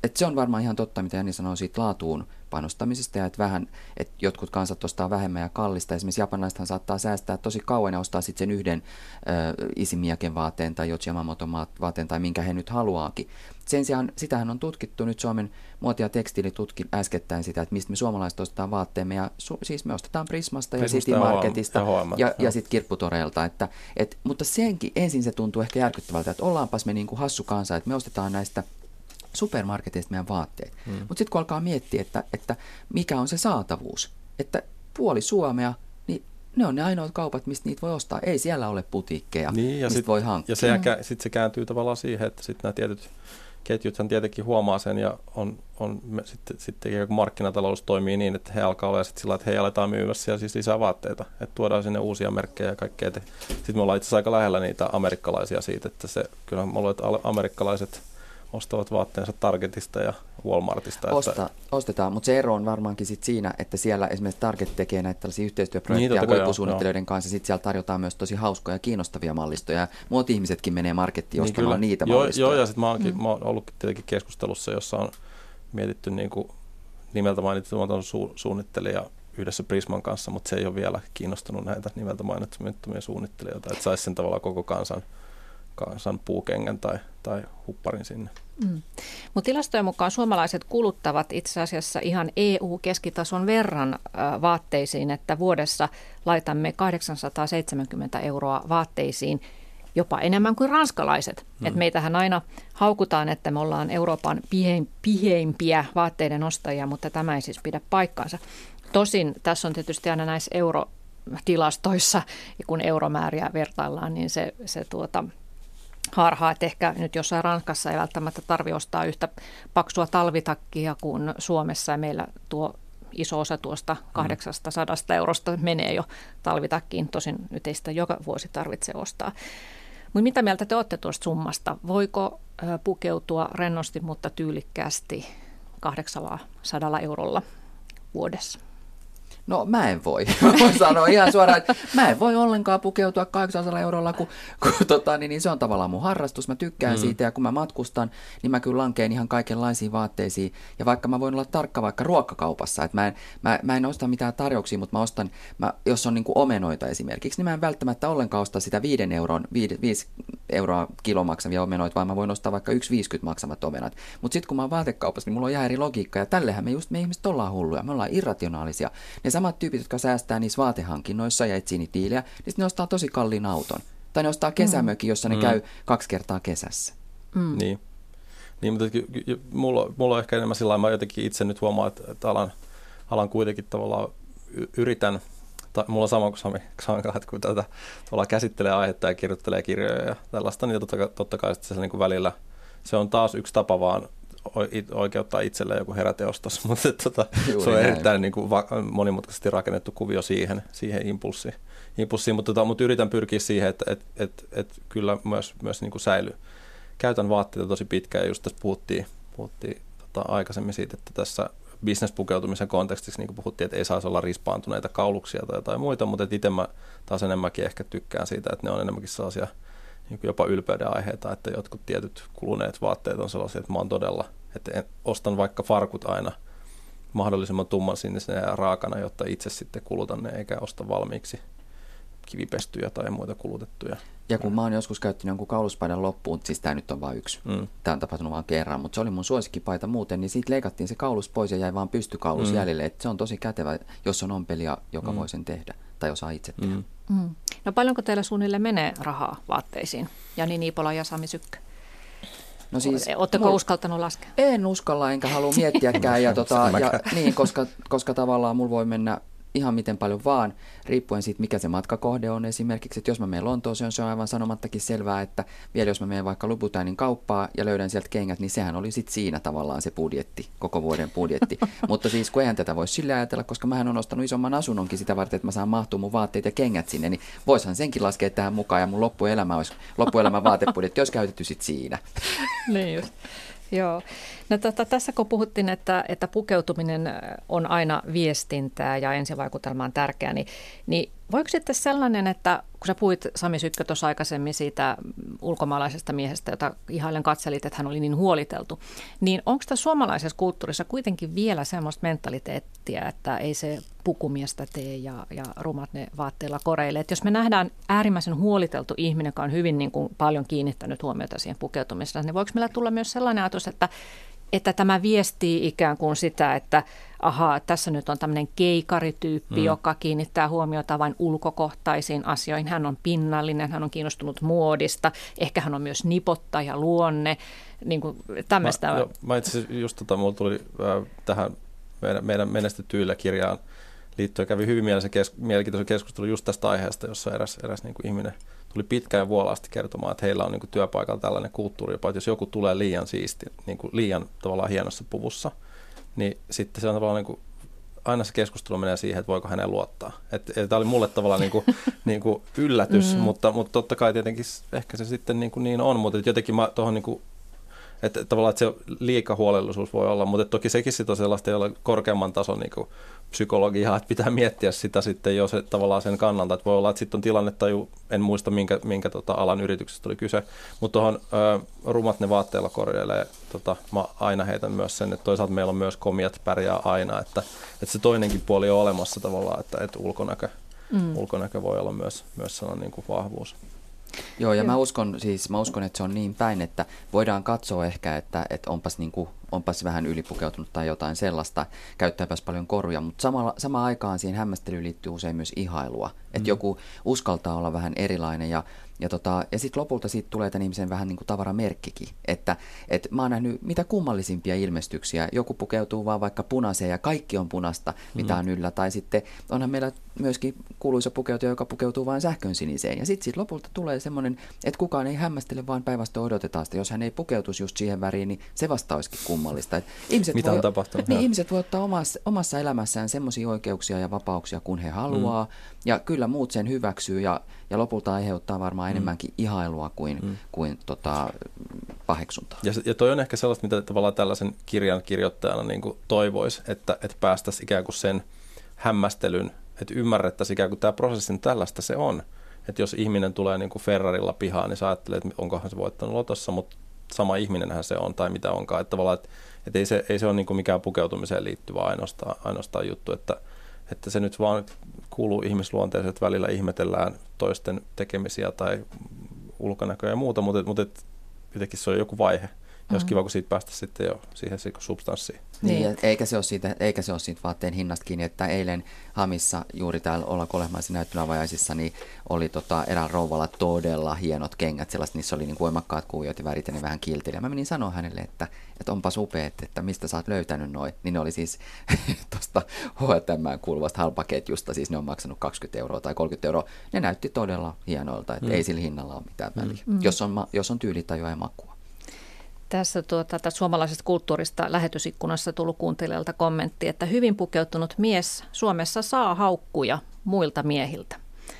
et se on varmaan ihan totta, mitä Jani sanoo siitä laatuun panostamisesta ja että vähän, että jotkut kansat ostaa vähemmän ja kallista. Esimerkiksi japanilaisethan saattaa säästää tosi kauan ja ostaa sitten sen yhden äh, Issey-Miyaken vaateen tai Yohji Yamamoton vaateen tai minkä he nyt haluaakin. Sen sijaan sitähän on tutkittu nyt Suomen muoti- ja tekstiili tutki äskettäin sitä, että mistä me suomalaiset ostetaan vaatteemme ja su- siis me ostetaan Prismasta ja City Marketista ja, ja, ja sitten kirpputoreilta. Että, et, mutta senkin ensin se tuntuu ehkä järkyttävältä, että ollaanpas me niin kuin hassu kansa, että me ostetaan näistä supermarketeista meidän vaatteet. Hmm. Mutta sitten kun alkaa miettiä, että, että mikä on se saatavuus, että puoli Suomea, niin ne on ne ainoat kaupat, mistä niitä voi ostaa. Ei siellä ole putiikkeja, niin, ja mistä sit, voi hankkia. Ja se, mm. sitten se kääntyy tavallaan siihen, että sitten nämä tietyt ketjuthan tietenkin huomaa sen ja on, on sitten, sitten kun markkinatalous toimii niin, että he alkaa olla sitten sillä, että he aletaan myymässä ja siis lisää vaatteita, että tuodaan sinne uusia merkkejä ja kaikkea. Sitten me ollaan itse asiassa aika lähellä niitä amerikkalaisia siitä, että se, kyllä mä luulen, että amerikkalaiset ostavat vaatteensa Targetista ja Walmartista. Osta, että ostetaan, mutta se ero on varmaankin sit siinä, että siellä esimerkiksi Target tekee näitä tällaisia yhteistyöprojekteja niin, huippusuunnittelijoiden kanssa. Sitten siellä tarjotaan myös tosi hauskoja ja kiinnostavia mallistoja. Muut ihmisetkin menee markettiin niin ostamaan kyllä. niitä joo, mallistoja. Joo, ja sitten mä, mm. mä oon ollut tietenkin keskustelussa, jossa on mietitty niin kuin nimeltä mainittumaton su- suunnittelija yhdessä Prisman kanssa, mutta se ei ole vielä kiinnostunut näitä nimeltä mainittumattomia suunnittelijoita, että saisi sen tavalla koko kansan kansan puukengän tai, tai hupparin sinne. Mm. Mutta tilastojen mukaan suomalaiset kuluttavat itse asiassa ihan E U-keskitason verran äh, vaatteisiin, että vuodessa laitamme kahdeksansataaseitsemänkymmentä euroa vaatteisiin, jopa enemmän kuin ranskalaiset. Mm. Et meitähän aina haukutaan, että me ollaan Euroopan piheimpiä vaatteiden ostajia, mutta tämä ei siis pidä paikkaansa. Tosin tässä on tietysti aina näissä eurotilastoissa, ja kun euromääriä vertaillaan, niin se, se tuota... harhaa, että ehkä nyt jossain Ranskassa ei välttämättä tarvitse ostaa yhtä paksua talvitakkia kuin Suomessa ja meillä tuo iso osa tuosta kahdeksansataa eurosta menee jo talvitakkiin, tosin nyt ei sitä joka vuosi tarvitse ostaa. Mutta mitä mieltä te olette tuosta summasta? Voiko pukeutua rennosti, mutta tyylikkäästi kahdeksansataa eurolla vuodessa? No mä en voi. Mä voin sanoa ihan suoraan, että mä en voi ollenkaan pukeutua kahdeksansataa eurolla, kun, kun tota, niin, niin se on tavallaan mun harrastus. Mä tykkään mm. siitä ja kun mä matkustan, niin mä kyllä lankeen ihan kaikenlaisiin vaatteisiin. Ja vaikka mä voin olla tarkka vaikka ruokakaupassa, että mä en, mä, mä en osta mitään tarjouksia, mutta mä ostan, mä, jos on niin kuin omenoita esimerkiksi, niin mä en välttämättä ollenkaan ostaa sitä viiden euron, viide, viisi euroa kilo maksavia omenoita, vaan mä voin ostaa vaikka yksi viisikymmentä maksavat omenat. Mutta sitten kun mä oon vaatekaupassa, niin mulla on ihan eri logiikka ja tällehän me just me ihmiset ollaan hulluja, me ollaan irrationaalisia. Ne samat tyypit, jotka säästää niissä vaatehankinnoissa ja etsii niitä diilejä, niin ne ostaa tosi kalliin auton. Tai ne ostaa kesämökin, jossa ne mm. käy kaksi kertaa kesässä. Mm. Niin. niin, mutta mulla, mulla on ehkä enemmän sillä lailla, mä jotenkin itse nyt huomaan, että, että alan, alan kuitenkin tavallaan yritän, tai mulla on sama kuin Sami Sankaat, kun tätä tuolla käsittelee aihetta ja kirjoittelee kirjoja ja tällaista, niin totta, totta kai se niin kuin välillä, se on taas yksi tapa vaan oikeuttaa itselleen joku heräteostos, mutta tota, se on erittäin niin kuin monimutkaisesti rakennettu kuvio siihen, siihen impulssiin. impulssiin mutta, tota, mutta yritän pyrkiä siihen, että et, et, et kyllä myös, myös niin kuin säilyy. Käytän vaatteita tosi pitkään ja just tässä puhuttiin, puhuttiin tota, aikaisemmin siitä, että tässä business-pukeutumisen kontekstissa niin kuin puhuttiin, että ei saisi olla rispaantuneita kauluksia tai jotain muita, mutta itse mä taas enemmänkin ehkä tykkään siitä, että ne on enemmänkin sellaisia niin jopa ylpeyden aiheita, että jotkut tietyt kuluneet vaatteet on sellaisia, että mä oon todella, että ostan vaikka farkut aina mahdollisimman tumman sinnisenä ja raakana, jotta itse sitten kulutan ne, eikä osta valmiiksi kivipestyjä tai muita kulutettuja. Ja kun mä oon joskus käyttänyt jonkun kauluspaidan loppuun, siis tää nyt on vain yksi, mm. tää on tapahtunut vaan kerran, mutta se oli mun suosikkipaita muuten, niin siitä leikattiin se kaulus pois ja jäi vaan pystykaulus mm. jäljelle, että se on tosi kätevä, jos on ompelia, joka mm. voi sen tehdä tai osaa itse tehdä. Mm. Mm. No paljonko teillä suunnilleen menee rahaa vaatteisiin? Jani Niipola ja Sami Sykkö. No siis, Oletteko mulla, uskaltanut laskea? En uskalla, enkä halua miettiäkään, ja, tota, ja, niin, koska, koska tavallaan mulla voi mennä ihan miten paljon vaan, riippuen siitä, mikä se matkakohde on esimerkiksi. Että jos mä menen Lontooseen, se on aivan sanomattakin selvää, että vielä jos mä menen vaikka Louboutinin kauppaan ja löydän sieltä kengät, niin sehän oli sitten siinä tavallaan se budjetti, koko vuoden budjetti. Mutta siis kun eihän tätä voi sille ajatella, koska mähän on ostanut isomman asunnonkin sitä varten, että mä saan mahtua mun vaatteet ja kengät sinne, niin voishan senkin laskea tähän mukaan ja mun loppuelämä olisi, loppuelämän vaatebudjetti olisi käytetty sitten siinä. Niin just. Joo. No, tota, tässä kun puhuttiin, että, että pukeutuminen on aina viestintää ja ensivaikutelma on tärkeä, niin, niin Voiko sitten sellainen, että kun sä puhuit Sami Sykkö tuossa aikaisemmin siitä ulkomaalaisesta miehestä, jota ihailen katselit, että hän oli niin huoliteltu, niin onko tässä suomalaisessa kulttuurissa kuitenkin vielä semmoista mentaliteettia, että ei se pukumiestä tee ja, ja rumat ne vaatteilla koreille. Että jos me nähdään äärimmäisen huoliteltu ihminen, joka on hyvin niin kuin paljon kiinnittänyt huomiota siihen pukeutumiseen, niin voiko meillä tulla myös sellainen ajatus, että että tämä viestii ikään kuin sitä, että ahaa, tässä nyt on tämmöinen keikarityyppi, mm. joka kiinnittää huomiota vain ulkokohtaisiin asioihin. Hän on pinnallinen, hän on kiinnostunut muodista, ehkä hän on myös nipottaja luonne, niin kuin tämmöistä. Mä, jo, mä itse asiassa just tota, mulla tuli äh, tähän meidän, meidän menestytyillä kirjaan liittyen, kävi hyvin mielenkiintoisen keskustelun just tästä aiheesta, jossa eräs, eräs niin kuin ihminen tuli pitkään ja vuolaasti kertomaan, että heillä on niin kuin työpaikalla tällainen kulttuuri, jopa että jos joku tulee liian siisti, niin kuin liian tavallaan hienossa puvussa, niin sitten se on tavallaan niin kuin, aina se keskustelu menee siihen, että voiko häneen luottaa. Tämä oli mulle tavallaan niin kuin, niin kuin yllätys, mm. mutta, mutta totta kai tietenkin ehkä se sitten niin, kuin niin on, mutta jotenkin mä tuohon niin kuin, että tavallaan että se liikahuolellisuus voi olla, mutta toki sekin sitten on sellaista, jolla korkeamman tason niin kuin psykologiaa, että pitää miettiä sitä sitten jo se, tavallaan sen kannalta, että voi olla, että sitten on tilannetaju, en muista minkä, minkä tota, alan yrityksestä oli kyse, mutta tuohon rumat ne vaatteilla korjailee, tota, mä aina heitän myös sen, että toisaalta meillä on myös komiat pärjää aina, että, että se toinenkin puoli on olemassa tavallaan, että, että ulkonäkö, mm. ulkonäkö voi olla myös, myös sellainen niin kuin vahvuus. Joo, ja mä uskon, siis, mä uskon, että se on niin päin, että voidaan katsoa ehkä, että, että onpas, niin kuin, onpas vähän ylipukeutunut tai jotain sellaista, käyttääpäs paljon koruja, mutta samalla, samaan aikaan siihen hämmästelyyn liittyy usein myös ihailua, että mm. joku uskaltaa olla vähän erilainen ja Ja, tota, ja sitten lopulta siitä tulee tämän ihmisen vähän niin kuin tavaramerkkikin, että et mä oon nähnyt mitä kummallisimpia ilmestyksiä. Joku pukeutuu vaan vaikka punaiseen ja kaikki on punasta, mitä on yllä. Tai sitten onhan meillä myöskin kuuluisa pukeutuja, joka pukeutuu vain sähkön siniseen. Ja sitten sit lopulta tulee semmoinen, että kukaan ei hämmästele, vaan päinvastoin odotetaan sitä. Jos hän ei pukeutuisi just siihen väriin, niin se vasta olisikin kummallista. Et ihmiset mitä voi, on tapahtunut? Niin, ihmiset voi ottaa omassa, omassa elämässään semmoisia oikeuksia ja vapauksia, kun he haluaa. Mm. Ja kyllä muut sen hyväksyy ja, ja lopulta aiheuttaa varmaan enemmänkin mm. ihailua kuin, mm. kuin tota, paheksuntaa. Ja, ja toi on ehkä sellaista, mitä tavallaan tällaisen kirjan kirjoittajana niin kuin toivoisi, että, että päästäisiin ikään kuin sen hämmästelyn, että ymmärrettäisiin ikään kuin tämä prosessi, tällaista se on. Että jos ihminen tulee niin kuin Ferrarilla pihaan, niin sä ajattelet, että onkohan se voittanut lotossa, mutta sama ihminenhän se on tai mitä onkaan. Että tavallaan, että, että ei, se, ei se ole niin kuin mikään pukeutumiseen liittyvä ainoastaan, ainoastaan juttu, että että se nyt vaan kuuluu ihmisluonteeseen, että välillä ihmetellään toisten tekemisiä tai ulkonäköä ja muuta, mutta, mutta jotenkin se on joku vaihe. Mm-hmm. Jos kiva, kun siitä päästä sitten jo siihen substanssiin. Niin, niin. Eikä, se ole siitä, eikä se ole siitä vaatteen hinnasta kiinni, että eilen Hamissa juuri täällä Olla Kolehmaisen näyttelyavajaisissa niin oli tota erään rouvalla todella hienot kengät, sellaiset, niissä oli niin voimakkaat kuviot ja värit ja ne vähän kiltili. Ja mä menin sanoa hänelle, että, että onpas upeat, että mistä sä oot löytänyt noin. Niin ne oli siis tuosta H and M:ään kuuluvasta halpaketjusta, siis ne on maksanut kaksikymmentä euroa tai kolmekymmentä euroa. Ne näytti todella hienoilta, että mm. ei sillä hinnalla ole mitään väliä, mm. jos, on, jos on tyylitajua ja makua. Tässä tuota, tästä suomalaisesta kulttuurista lähetysikkunassa tullut kuuntelijalta kommentti, että hyvin pukeutunut mies Suomessa saa haukkuja muilta miehiltä.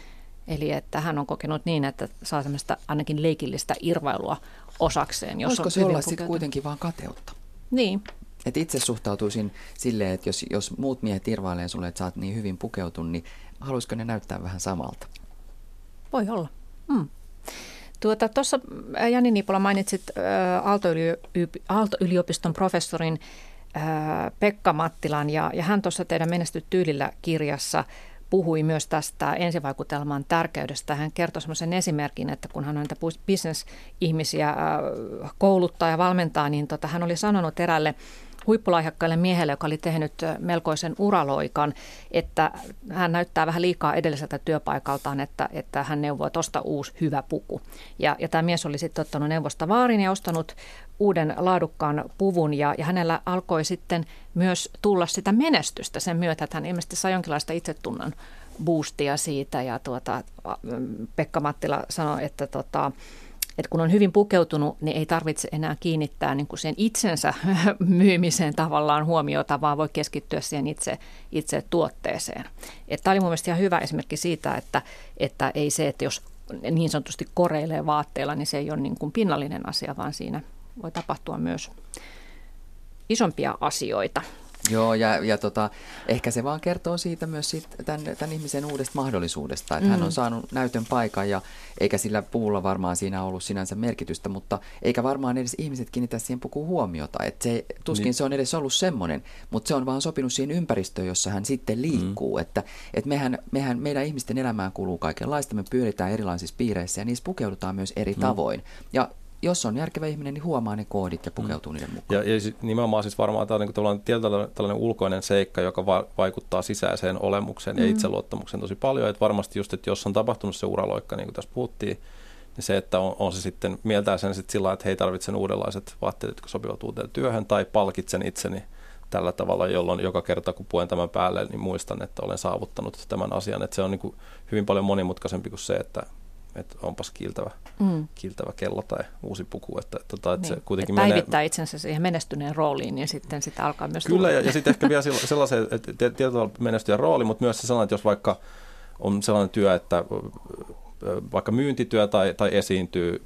Eli että hän on kokenut niin, että saa semmoista ainakin leikillistä irvailua osakseen. Jos Olisiko on se olla sitten kuitenkin vaan kateutta? Niin. Et itse suhtautuisin silleen, että jos, jos muut miehet irvailee sulle, että sä oot niin hyvin pukeutunut, niin haluaisiko ne näyttää vähän samalta? Voi olla. Hmm. Tuota, tuossa Jani Niipola mainitsit Aalto-yliopiston professorin ää, Pekka Mattilan ja, ja hän tuossa teidän Menesty tyylillä -kirjassa puhui myös tästä ensivaikutelman tärkeydestä. Hän kertoi semmoisen esimerkin, että kun hän on näitä business-ihmisiä ää, kouluttaa ja valmentaa, niin tota, hän oli sanonut eräälle huippulahjakkaille miehelle, joka oli tehnyt melkoisen uraloikan, että hän näyttää vähän liikaa edelliseltä työpaikaltaan, että, että hän neuvoo, että osta uusi hyvä puku. Ja, ja tämä mies oli sitten ottanut neuvosta vaarin ja ostanut uuden laadukkaan puvun ja, ja hänellä alkoi sitten myös tulla sitä menestystä sen myötä, että hän ilmeisesti sai jonkinlaista itsetunnon boostia siitä ja tuota, Pekka Mattila sanoi, että tota, että kun on hyvin pukeutunut, niin ei tarvitse enää kiinnittää niin kuin sen itsensä myymiseen tavallaan huomiota, vaan voi keskittyä siihen itse, itse tuotteeseen. Tämä oli mun mielestä ihan hyvä esimerkki siitä, että, että ei se, että jos niin sanotusti koreilee vaatteilla, niin se ei ole niin kuin pinnallinen asia, vaan siinä voi tapahtua myös isompia asioita. Joo, ja, ja tota, ehkä se vaan kertoo siitä myös siitä, tämän, tämän ihmisen uudesta mahdollisuudesta, että mm. hän on saanut näytön paikan ja eikä sillä puulla varmaan siinä ollut sinänsä merkitystä, mutta eikä varmaan edes ihmiset kiinnitä siihen pukuun huomiota, että se, tuskin niin. se on edes ollut semmoinen, mutta se on vaan sopinut siihen ympäristöön, jossa hän sitten liikkuu, mm. että, että mehän, mehän, meidän ihmisten elämään kuuluu kaikenlaista, me pyöritään erilaisissa piireissä ja niissä pukeudutaan myös eri mm. tavoin ja jos on järkevä ihminen, niin huomaa ne koodit ja pukeutuu mm. niiden mukaan. Ja, ja nimenomaan siis varmaan tämä on niin tällainen, tällainen, tällainen ulkoinen seikka, joka va- vaikuttaa sisäiseen olemukseen ja mm. itseluottamukseen tosi paljon. Että varmasti just, että jos on tapahtunut se uraloikka, niin kuin tässä puhuttiin, niin se, että on, on se sitten, mieltää sen sitten sillä lailla, että hei, tarvitsen uudenlaiset vaatteet, jotka sopivat uuteen työhön, tai palkitsen itseni tällä tavalla, jolloin joka kerta, kun puen tämän päälle, niin muistan, että olen saavuttanut tämän asian. Että se on niin kuin hyvin paljon monimutkaisempi kuin se, että että onpas kiiltävä, mm. kiiltävä kello tai uusi puku. Että, tota, että niin. se kuitenkin että päivittää menee itsensä siihen menestyneen rooliin, niin sitten sitä alkaa myös Kyllä, ja, ja sitten ehkä vielä sellaisen, että tietyllä tavalla menestyjän rooli, mutta myös se sellainen, että jos vaikka on sellainen työ, että vaikka myyntityö tai, tai esiintyy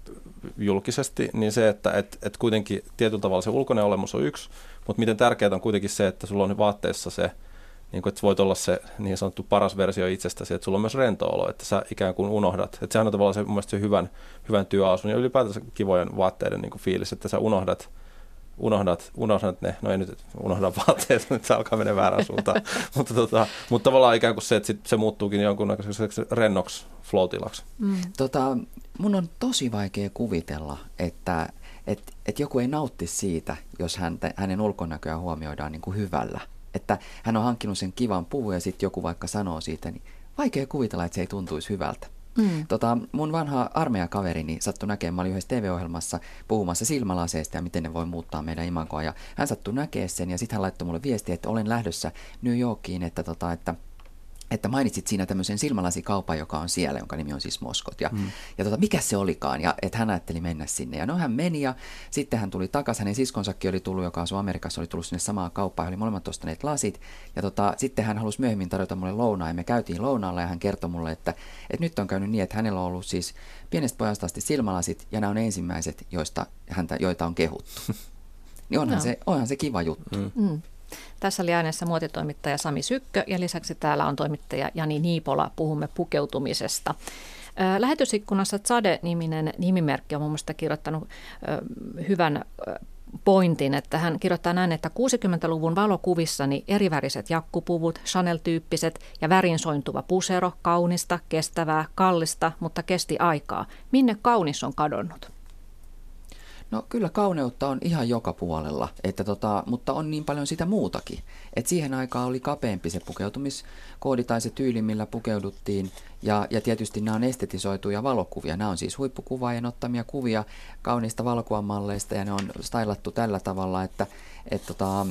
julkisesti, niin se, että et, et kuitenkin tietyllä tavalla se ulkoinen olemus on yksi, mutta miten tärkeää on kuitenkin se, että sulla on vaatteessa se, niin kuin, että voit olla se niin sanottu paras versio itsestäsi, että sulla on myös rento olo, että sä ikään kuin unohdat. Että sehän on tavallaan se, mun mielestä se hyvän, hyvän työasun ja ylipäätänsä kivojen vaatteiden niin kuin fiilis, että sä unohdat, unohdat, unohdat ne, no ei nyt unohda vaatteet, nyt se alkaa mennä väärään suuntaan, mutta, tota, mutta tavallaan ikään kuin se, että sit se muuttuukin jonkunnäköiseksi rennoksi flow-tilaksi. Mm. Tota, mun on tosi vaikea kuvitella, että et, et joku ei nauttisi siitä, jos häntä, hänen ulkonäköä huomioidaan niin kuin hyvällä. Että hän on hankkinut sen kivan puvun ja sitten joku vaikka sanoo siitä, niin vaikea kuvitella, että se ei tuntuisi hyvältä. Mm. Tota, mun vanha armeijakaverini sattui näkemään, mä olin yhdessä T V-ohjelmassa puhumassa silmälaseista ja miten ne voi muuttaa meidän imagoa. Ja hän sattui näkemään sen ja sitten hän laittoi mulle viestiä, että olen lähdössä New Yorkiin, että, tota, että että mainitsit siinä tämmöisen silmälasikaupan, joka on siellä, jonka nimi on siis Moskot. Ja, mm. ja tota, mikä se olikaan? Ja että hän ajatteli mennä sinne. Ja no hän meni ja sitten hän tuli takaisin. Hänen siskonsakin oli tullut, joka asui Amerikassa, oli tullut sinne samaan kauppaan. He oli molemmat ostaneet lasit. Ja tota, sitten hän halusi myöhemmin tarjota mulle lounaa. Ja me käytiin lounaalla ja hän kertoi mulle, että, että nyt on käynyt niin, että hänellä on ollut siis pienestä pojasta asti silmälasit. Ja nämä on ensimmäiset, joista häntä, joita on kehuttu. Niin onhan, no. se, onhan se kiva juttu. Mm. Mm. Tässä oli äänessä muotitoimittaja Sami Sykkö ja lisäksi täällä on toimittaja Jani Niipola. Puhumme pukeutumisesta. Lähetysikkunassa Zade-niminen nimimerkki on mun mielestä kirjoittanut hyvän pointin, että hän kirjoittaa näin, että kuusikymmentäluvun valokuvissani eriväriset jakkupuvut, Chanel-tyyppiset ja värin sointuva pusero, kaunista, kestävää, kallista, mutta kesti aikaa. Minne kaunis on kadonnut? No kyllä kauneutta on ihan joka puolella, että tota, mutta on niin paljon sitä muutakin. Et siihen aikaan oli kapeampi se pukeutumiskoodi tai se tyyli, millä pukeuduttiin. Ja, ja tietysti nämä on estetisoituja valokuvia. Nämä on siis huippukuvaajien ottamia kuvia kauniista valokuvamalleista ja ne on stylattu tällä tavalla, että et tota,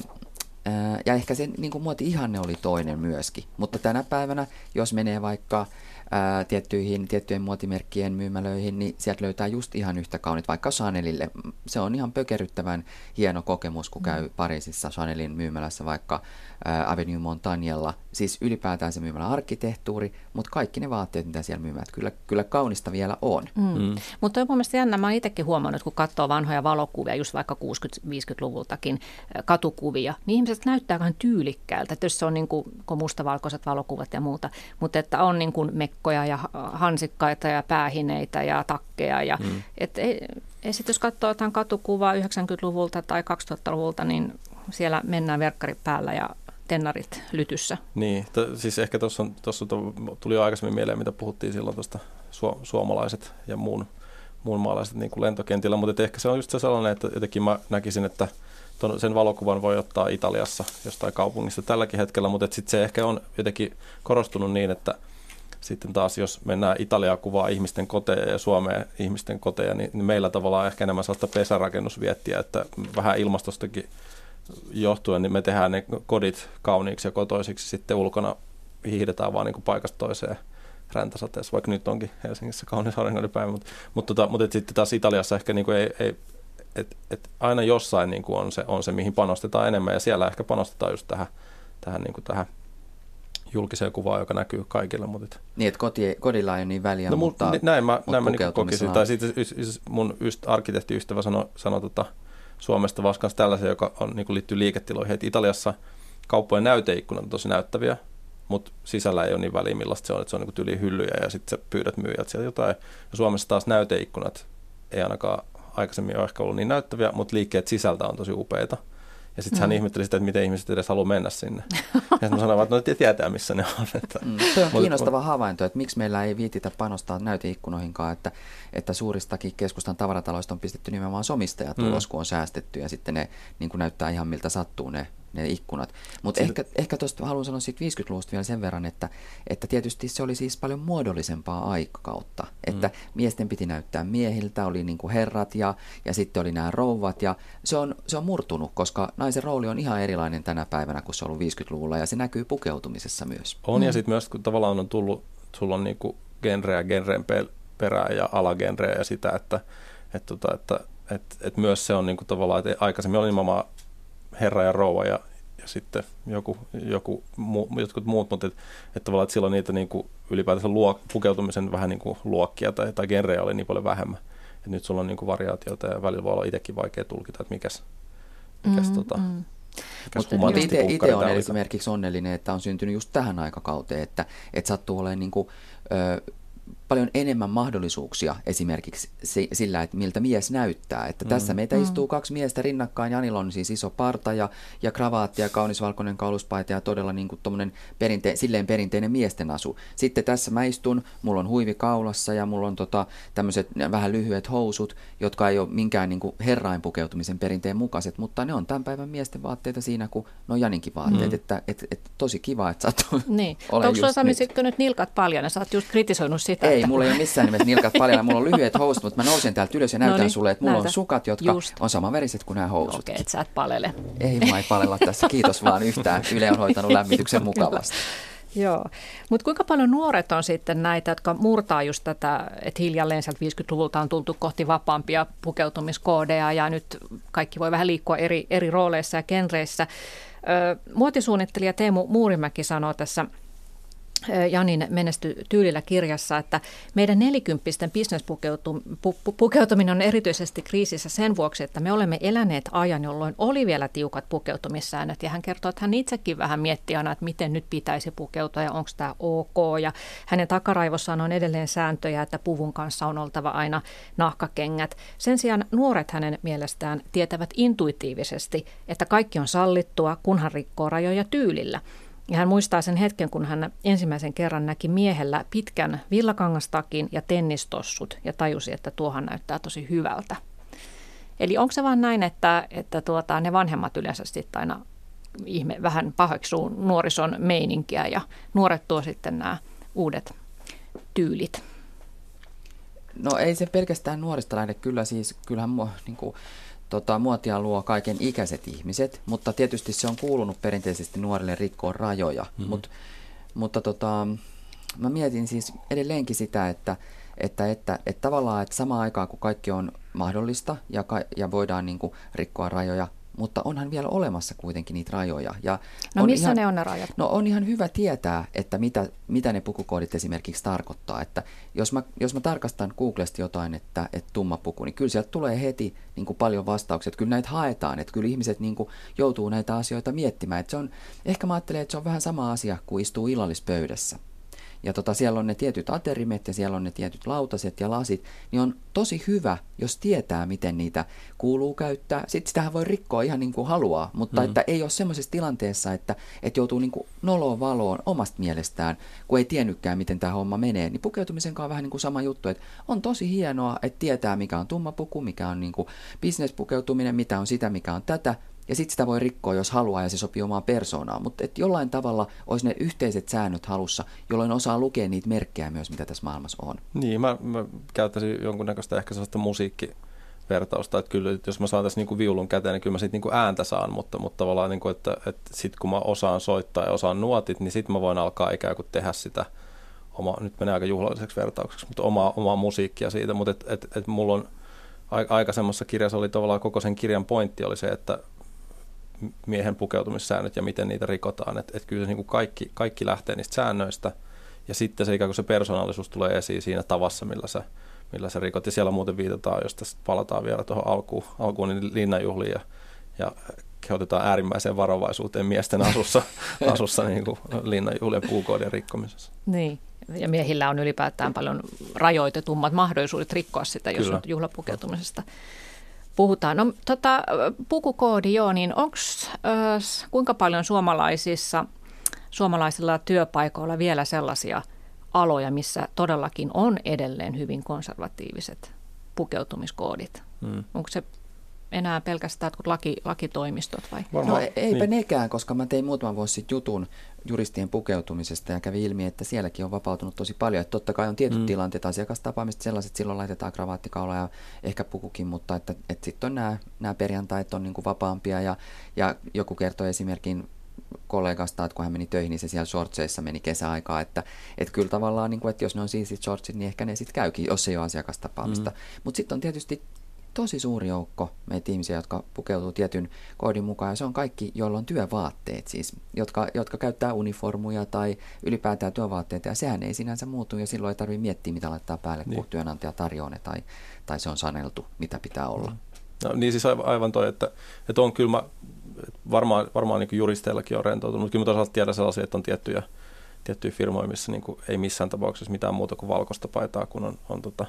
ää, ja ehkä se niin kuin muoti-ihanne oli toinen myöskin. Mutta tänä päivänä, jos menee vaikka Ää, tiettyihin, tiettyjen muotimerkkien myymälöihin, niin sieltä löytää just ihan yhtä kaunit, vaikka Chanelille. Se on ihan pökerryttävän hieno kokemus, kun käy Pariisissa Chanelin myymälässä vaikka ää, Avenue Montagnella. Siis ylipäätään se myymälä arkkitehtuuri, mutta kaikki ne vaatteet, mitä siellä myymät, kyllä, kyllä kaunista vielä on. Mm. Mm. Mutta on mun mielestä jännä, mä oon itsekin huomannut, kun katsoo vanhoja valokuvia, just vaikka kuusikymmentä-viisikymmentäluvultakin katukuvia, niin ihmiset näyttää vähän tyylikkäältä, että jos se on niin kuin, kuin mustavalkoiset valokuvat ja muuta, mutta että on niin kuin mekkoja ja hansikkaita ja päähineitä ja takkeja. Ja, mm. et, ei, ei sit jos katsoo jotain katukuvaa yhdeksänkymmentäluvulta tai kaksituhattaluvulta, niin siellä mennään verkkarit päällä ja tennarit lytyssä. Niin, t- siis ehkä tuossa tuli jo aikaisemmin mieleen, mitä puhuttiin silloin tuosta su- suomalaiset ja muun, muun maalaiset niin kuin lentokentillä, mutta ehkä se on just se sellainen, että jotenkin mä näkisin, että ton, sen valokuvan voi ottaa Italiassa jostain kaupungista tälläkin hetkellä, mutta sitten se ehkä on jotenkin korostunut niin, että sitten taas, jos mennään Italiaa kuvaa ihmisten koteja ja Suomeen ihmisten koteja, niin, niin meillä tavallaan ehkä enemmän sellaista pesärakennusviettiä, että vähän ilmastostakin johtuen, niin me tehdään ne kodit kauniiksi ja kotoisiksi, sitten ulkona hiihdetään vaan niin kuin paikasta toiseen räntäsateessa, vaikka nyt onkin Helsingissä kaunis auringonpäivä, mutta, mutta, mutta, mutta sitten taas Italiassa ehkä niin kuin ei, ei et, et aina jossain niin kuin on, se, on se, mihin panostetaan enemmän, ja siellä ehkä panostetaan just tähän, tähän, niin kuin tähän julkiseen kuvaan, joka näkyy kaikille. Mutta niin, että koti, kodilla ei ole niin väliä, no, mutta näin mä, näin mä niin kokisin. Tai sitten mun yst, arkkitehtiystävä sanoi sano, tota, Suomesta vastaan tällaisen, joka on, niin kuin liittyy liiketiloihin. Et Italiassa kauppojen näyteikkunat on tosi näyttäviä, mutta sisällä ei ole niin väliä, millaista se on, että se on niin tyyliin hyllyjä ja sitten sä pyydät myyjät sieltä jotain. Ja Suomessa taas näyteikkunat ei ainakaan aikaisemmin ole ehkä ollut niin näyttäviä, mutta liikkeet sisältä on tosi upeita. Ja sitten mm. hän ihmetteli sitä, että miten ihmiset edes haluaa mennä sinne. Ja mä sanoin, että no tietää, missä ne on. Että. Mm. Tuo on kiinnostava havainto, että miksi meillä ei viititä panostaa näyteikkunoihinkaan, että, että suuristakin keskustan tavarataloista on pistetty nimenomaan somistajat ulos, mm. kun on säästetty, ja sitten ne niin kuin näyttää ihan miltä sattuu ne, ne ikkunat. Mutta ehkä, ehkä tuosta haluan sanoa siitä viisikymmentäluvusta vielä sen verran, että, että tietysti se oli siis paljon muodollisempaa aikakautta. Että mm. miesten piti näyttää miehiltä, oli niin kuin herrat ja, ja sitten oli nämä rouvat. Ja se on, se on murtunut, koska naisen rooli on ihan erilainen tänä päivänä kuin se on ollut viisikymmentäluvulla, ja se näkyy pukeutumisessa myös. On, mm. ja sitten myös kun tavallaan on tullut, sulla on niin kuin genreä genreen perään ja alagenreä ja sitä, että, että, että, että, että, että myös se on niin kuin tavallaan, että aikaisemmin oli nimenomaan herra ja rouva ja, ja sitten joku, joku muu, jotkut muut, mutta että et tavallaan, että silloin niitä niin kuin ylipäätänsä luok, pukeutumisen vähän niin kuin luokkia tai, tai genrejä oli niin paljon vähemmän. Et nyt sulla on niin kuin variaatioita ja välillä voi olla itsekin vaikea tulkita, että mikäs, mikäs mm, tota, mm. Mutta mut itse on esimerkiksi onnellinen, että on syntynyt just tähän aikakauteen, että et sattuu olemaan niin kuin, ö, paljon enemmän mahdollisuuksia esimerkiksi sillä, että miltä mies näyttää. Että mm. tässä meitä mm. istuu kaksi miestä rinnakkain. Janilla on siis iso parta ja, ja kravaatti ja kaunis valkoinen kauluspaita ja todella niin kuin tommonen perinte- silleen perinteinen miesten asu. Sitten tässä mä istun, mulla on huivi kaulassa ja mulla on tota, tämmöiset vähän lyhyet housut, jotka ei ole minkään niin kuin herrain pukeutumisen perinteen mukaiset, mutta ne on tämän päivän miesten vaatteita siinä, kun ne on Janinkin vaatteet. Mm. Että et, et, tosi kiva, että sä oot niin. Onko sulla Sami sitten nyt nilkat paljon ja sä oot just kritisoinut sitä? Ei, mulla ei ole missään nimessä nilkat paljon. Mulla on lyhyet housut, mutta mä nousen täältä ylös ja näytän Noniin, sulle, että mulla näytä. on sukat, jotka Just. on samanväriset kuin nämä housut. Okei, okay, et sä et palele. Ei, mä ei palella tässä. Kiitos vaan yhtään. Yle on hoitanut lämmityksen mukavasti. Joo, mutta kuinka paljon nuoret on sitten näitä, jotka murtaa just tätä, että hiljalleen sieltä viisikymmentäluvulta on tultu kohti vapaampia pukeutumiskoodeja ja nyt kaikki voi vähän liikkua eri, eri rooleissa ja genreissä. Muotisuunnittelija Teemu Muurimäki sanoo tässä Janin Menesty tyylillä -kirjassa, että meidän nelikymppisten bisnespukeutuminen on erityisesti kriisissä sen vuoksi, että me olemme eläneet ajan, jolloin oli vielä tiukat pukeutumissäännöt. Ja hän kertoo, että hän itsekin vähän miettii aina, että miten nyt pitäisi pukeutua ja onko tämä ok. Ja hänen takaraivossaan on edelleen sääntöjä, että puvun kanssa on oltava aina nahkakengät. Sen sijaan nuoret hänen mielestään tietävät intuitiivisesti, että kaikki on sallittua, kunhan rikkoo rajoja tyylillä. Ja hän muistaa sen hetken, kun hän ensimmäisen kerran näki miehellä pitkän villakangastakin ja tennistossut ja tajusi, että tuohan näyttää tosi hyvältä. Eli onko se vaan näin, että, että tuota, ne vanhemmat yleensä sitten aina ihme, vähän pahaksuu nuorison meininkiä ja nuoret tuo sitten nämä uudet tyylit? No ei se pelkästään nuorista lähde. Kyllä siis, kyllähän niin kuin Tota, muotia luo kaiken ikäiset ihmiset, mutta tietysti se on kuulunut perinteisesti nuorille rikkoon rajoja. Mm-hmm. Mut, mutta tota, mä mietin siis edelleenkin sitä, että, että, että, että tavallaan että samaan aikaan kun kaikki on mahdollista ja, ja voidaan niin kuin rikkoa rajoja, mutta onhan vielä olemassa kuitenkin niitä rajoja. Ja no missä ihan, ne on ne rajat? No on ihan hyvä tietää, että mitä, mitä ne pukukoodit esimerkiksi tarkoittaa. Että jos mä, jos mä tarkastan Googlesta jotain, että, että tumma puku, niin kyllä sieltä tulee heti niin kuin paljon vastauksia. Että kyllä näitä haetaan, että kyllä ihmiset niin kuin joutuu näitä asioita miettimään. Että se on, ehkä mä ajattelen, että se on vähän sama asia kuin istuu illallispöydässä. Ja tota, siellä on ne tietyt aterimet ja siellä on ne tietyt lautaset ja lasit, niin on tosi hyvä, jos tietää, miten niitä kuuluu käyttää. Sitten sitähän voi rikkoa ihan niin kuin haluaa, mutta mm. että ei ole semmoisessa tilanteessa, että, että joutuu niin kuin noloon valoon omasta mielestään, kun ei tiennytkään, miten tämä homma menee. Niin pukeutumisen kanssa on vähän niin kuin sama juttu, että on tosi hienoa, että tietää, mikä on tumma puku, mikä on niin kuin business-pukeutuminen, mitä on sitä, mikä on tätä. Ja sitten sitä voi rikkoa, jos haluaa, ja se sopii omaan persoonaan. Mutta et jollain tavalla olisi ne yhteiset säännöt halussa, jolloin osaa lukea niitä merkkejä myös, mitä tässä maailmassa on. Niin, mä, mä käyttäisin jonkunnäköistä ehkä sellaista musiikkivertausta, että kyllä, että jos mä saan tässä niinku viulun käteen, niin kyllä mä siitä niinku ääntä saan, mutta, mutta tavallaan, niinku, että, että sitten kun mä osaan soittaa ja osaan nuotit, niin sitten mä voin alkaa ikään kuin tehdä sitä, oma, nyt menee aika juhlalliseksi vertaukseksi, mutta omaa, omaa musiikkia siitä, mutta et, et, et mulla on aika semmoisessa kirjassa oli tavallaan koko sen kirjan pointti oli se, että miehen pukeutumissäännöt ja miten niitä rikotaan. Että et kyllä se niin kuin kaikki, kaikki lähtee niistä säännöistä ja sitten se ikään kuin se persoonallisuus tulee esiin siinä tavassa, millä sä, millä se rikot. Ja siellä muuten viitataan, jos tässä palataan vielä tuohon alkuun, alkuun niin linnanjuhliin ja, ja kehotetaan äärimmäiseen varovaisuuteen miesten asussa, asussa niin kuin linnanjuhlien puukoodien rikkomisessa. Niin, ja miehillä on ylipäätään paljon rajoitetummat mahdollisuudet rikkoa sitä, jos on juhlapukeutumisesta puhutaan. No tota, pukukoodi, joo, niin onko äh, kuinka paljon suomalaisissa, suomalaisilla työpaikoilla vielä sellaisia aloja, missä todellakin on edelleen hyvin konservatiiviset pukeutumiskoodit? Hmm. Onko se enää pelkästään laki, lakitoimistot vai? No eipä niin. nekään, koska mä tein muutaman vuosi sitten jutun juristien pukeutumisesta ja kävi ilmi, että sielläkin on vapautunut tosi paljon. Että totta kai on tietyt mm. tilanteet, asiakastapaamista sellaiset, silloin laitetaan kravaattikaula ja ehkä pukukin, mutta että, että sitten on nämä, nämä perjantait on niin kuin vapaampia ja, ja joku kertoi esimerkin kollegasta, että kun hän meni töihin, niin se siellä shortseissa meni kesäaikaa, että, että kyllä tavallaan, niin kuin, että jos ne on siisit shortsit, niin ehkä ne sitten käykin, jos ei ole asiakastapaamista. Mm. Mutta sitten on tietysti tosi suuri joukko meitä ihmisiä, jotka pukeutuu tietyn koodin mukaan, ja se on kaikki, joilla on työvaatteet, siis, jotka, jotka käyttää uniformuja tai ylipäätään työvaatteita, ja sehän ei sinänsä muutu, ja silloin ei tarvitse miettiä, mitä laittaa päälle, niin. kun työnantaja tarjoaa ne, tai, tai se on saneltu, mitä pitää olla. No, niin siis aivan toi, että, että on kyllä, mä, varmaan, varmaan niin kuin juristeillakin on rentoutunut, mutta kyllä mä toisaalta tiedän sellaisia, että on tiettyjä, tiettyjä firmoja, missä niin kuin ei missään tapauksessa mitään muuta kuin valkoista paitaa, kun on, on tota,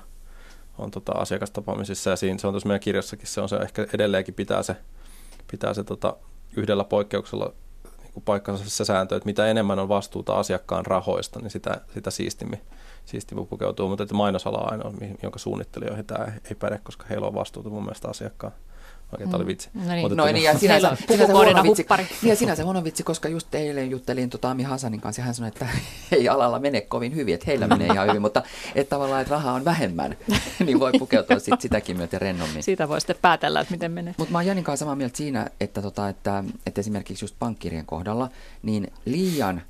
on tota asiakastapaamisissa, ja siinä se on tuossa meidän kirjassakin, se on se ehkä edelleenkin pitää se, pitää se tota, yhdellä poikkeuksella niin kuin paikkansa se sääntö, että mitä enemmän on vastuuta asiakkaan rahoista, niin sitä, sitä siistimmin, siistimmin pukeutuu, mutta että mainosala on ainoa, jonka suunnittelijoihin tämä ei päde, koska heillä on vastuuta mun mielestä asiakkaan. Oikein, tämä oli vitsi. No niin, no niin ja sinänsä, sinänsä huono vitsi, niin ja sinänsä huono vitsi, koska just eilen juttelin tota Ami Hasanin kanssa ja hän sanoi, että ei alalla mene kovin hyvin, että heillä menee ihan hyvin, mutta että tavallaan, että rahaa on vähemmän, niin voi pukeutua sit sitäkin myöten rennommin. Siitä voi sitten päätellä, että miten menee. Mutta mä oon Janin kanssa samaa mieltä siinä, että, tota, että, että esimerkiksi just pankkirien kohdalla, niin liian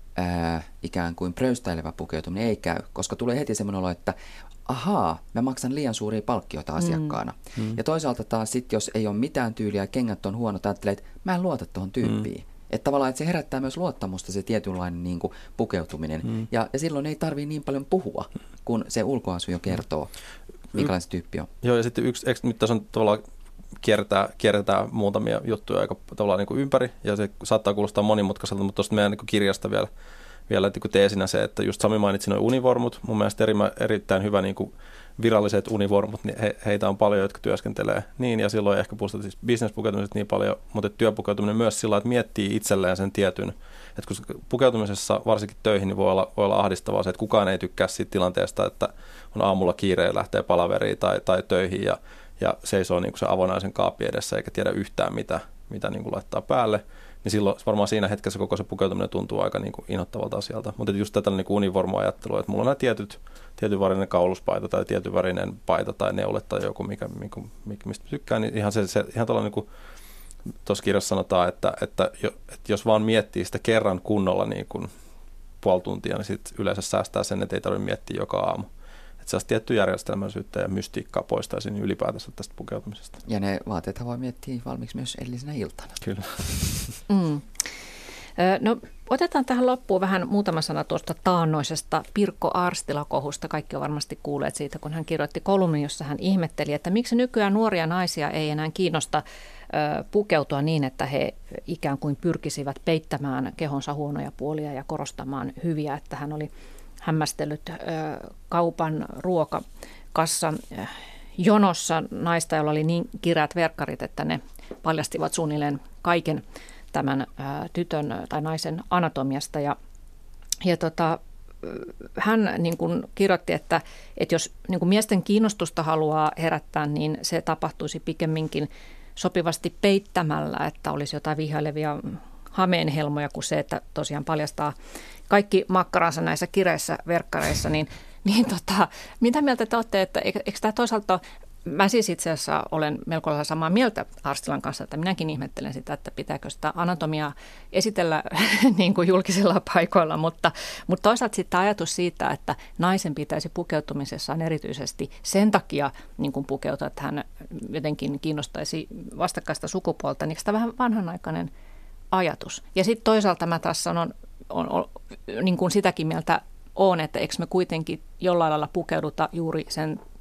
ää, ikään kuin pröystäilevä pukeutuminen ei käy, koska tulee heti semmoinen olo, että ahaa, mä maksan liian suuria palkkioita asiakkaana. Mm. Ja toisaalta taas sitten, jos ei ole mitään tyyliä ja kengät on huonot, ajattelee, että mä en luota tuohon tyyppiin. Mm. Että tavallaan, että se herättää myös luottamusta se tietynlainen niin kuin pukeutuminen. Mm. Ja, ja silloin ei tarvitse niin paljon puhua, kun se ulkoasu jo kertoo, minkälainen se tyyppi on. Joo, ja sitten yksi, nyt tässä on tavallaan kierretään, kierretään muutamia juttuja aika tavallaan niin kuin ympäri, ja se saattaa kuulostaa monimutkaiselta, mutta tuosta meidän niin kuin kirjasta vielä Vielä teesinä se, että just Sami mainitsi nuo univormut. Mun mielestä eri, erittäin hyvä niin kuin viralliset univormut, niin he, heitä on paljon, jotka työskentelee niin, ja silloin ehkä puhutaan siis business-pukeutumisesta niin paljon, mutta työpukeutuminen myös sillä, että miettii itselleen sen tietyn, että kun pukeutumisessa varsinkin töihin, niin voi olla, voi olla ahdistavaa se, että kukaan ei tykkää siitä tilanteesta, että on aamulla kiire ja lähtee palaveriin tai, tai töihin ja, ja seisoo niin kuin se avonaisen kaapin edessä eikä tiedä yhtään, mitä, mitä niin kuin laittaa päälle. Niin silloin varmaan siinä hetkessä koko se pukeutuminen tuntuu aika niin kuin inhottavalta asialta. Mutta just tätä niin kuin univormu-ajattelua, että mulla on nämä tietyt, tietyn värinen kauluspaita tai tietyn värinen paita tai neule tai joku, mikä, mikä, mistä tykkään, niin ihan, se, se, ihan tällainen niin kuin tuossa kirjassa sanotaan, että, että, että jos vaan miettii sitä kerran kunnolla niin kuin puoli tuntia, niin sitten yleensä säästää sen, että ei tarvitse miettiä joka aamu. Että sellaista tiettyä järjestelmällisyyttä ja mystiikkaa poistaisin ylipäätänsä tästä pukeutumisesta. Ja ne vaatteethan voi miettiä valmiiksi myös edellisenä iltana. Kyllä. Mm. No, otetaan tähän loppuun vähän muutama sana tuosta taannoisesta Pirkko Aarstila-kohusta. Kaikki on varmasti kuulleet siitä, kun hän kirjoitti kolumnin, jossa hän ihmetteli, että miksi nykyään nuoria naisia ei enää kiinnosta pukeutua niin, että he ikään kuin pyrkisivät peittämään kehonsa huonoja puolia ja korostamaan hyviä, että hän oli hämmästellyt kaupan ruokakassan jonossa naista, jolla oli niin kireät verkkarit, että ne paljastivat suunnilleen kaiken tämän tytön tai naisen anatomiasta. Ja, ja tota, hän niin kuin kirjoitti, että, että jos niin kuin miesten kiinnostusta haluaa herättää, niin se tapahtuisi pikemminkin sopivasti peittämällä, että olisi jotain vihailevia hameenhelmoja kuin se, että tosiaan paljastaa kaikki makkaransa näissä kireissä verkkareissa, niin, niin tota, mitä mieltä te olette, että eikö, eikö tämä toisaalta, mä siis itse asiassa olen melko lailla samaa mieltä Aarstilan kanssa, että minäkin ihmettelen sitä, että pitääkö sitä anatomiaa esitellä niin kuin julkisilla paikoilla, mutta, mutta toisaalta sitten ajatus siitä, että naisen pitäisi pukeutumisessaan erityisesti sen takia niin kuin pukeutua, että hän jotenkin kiinnostaisi vastakkaista sukupuolta, niin sitä vähän vanhanaikainen ajatus. Ja sitten toisaalta mä taas sanon, on, on, niin kuin sitäkin mieltä on, että eikö me kuitenkin jollain lailla pukeuduta juuri sen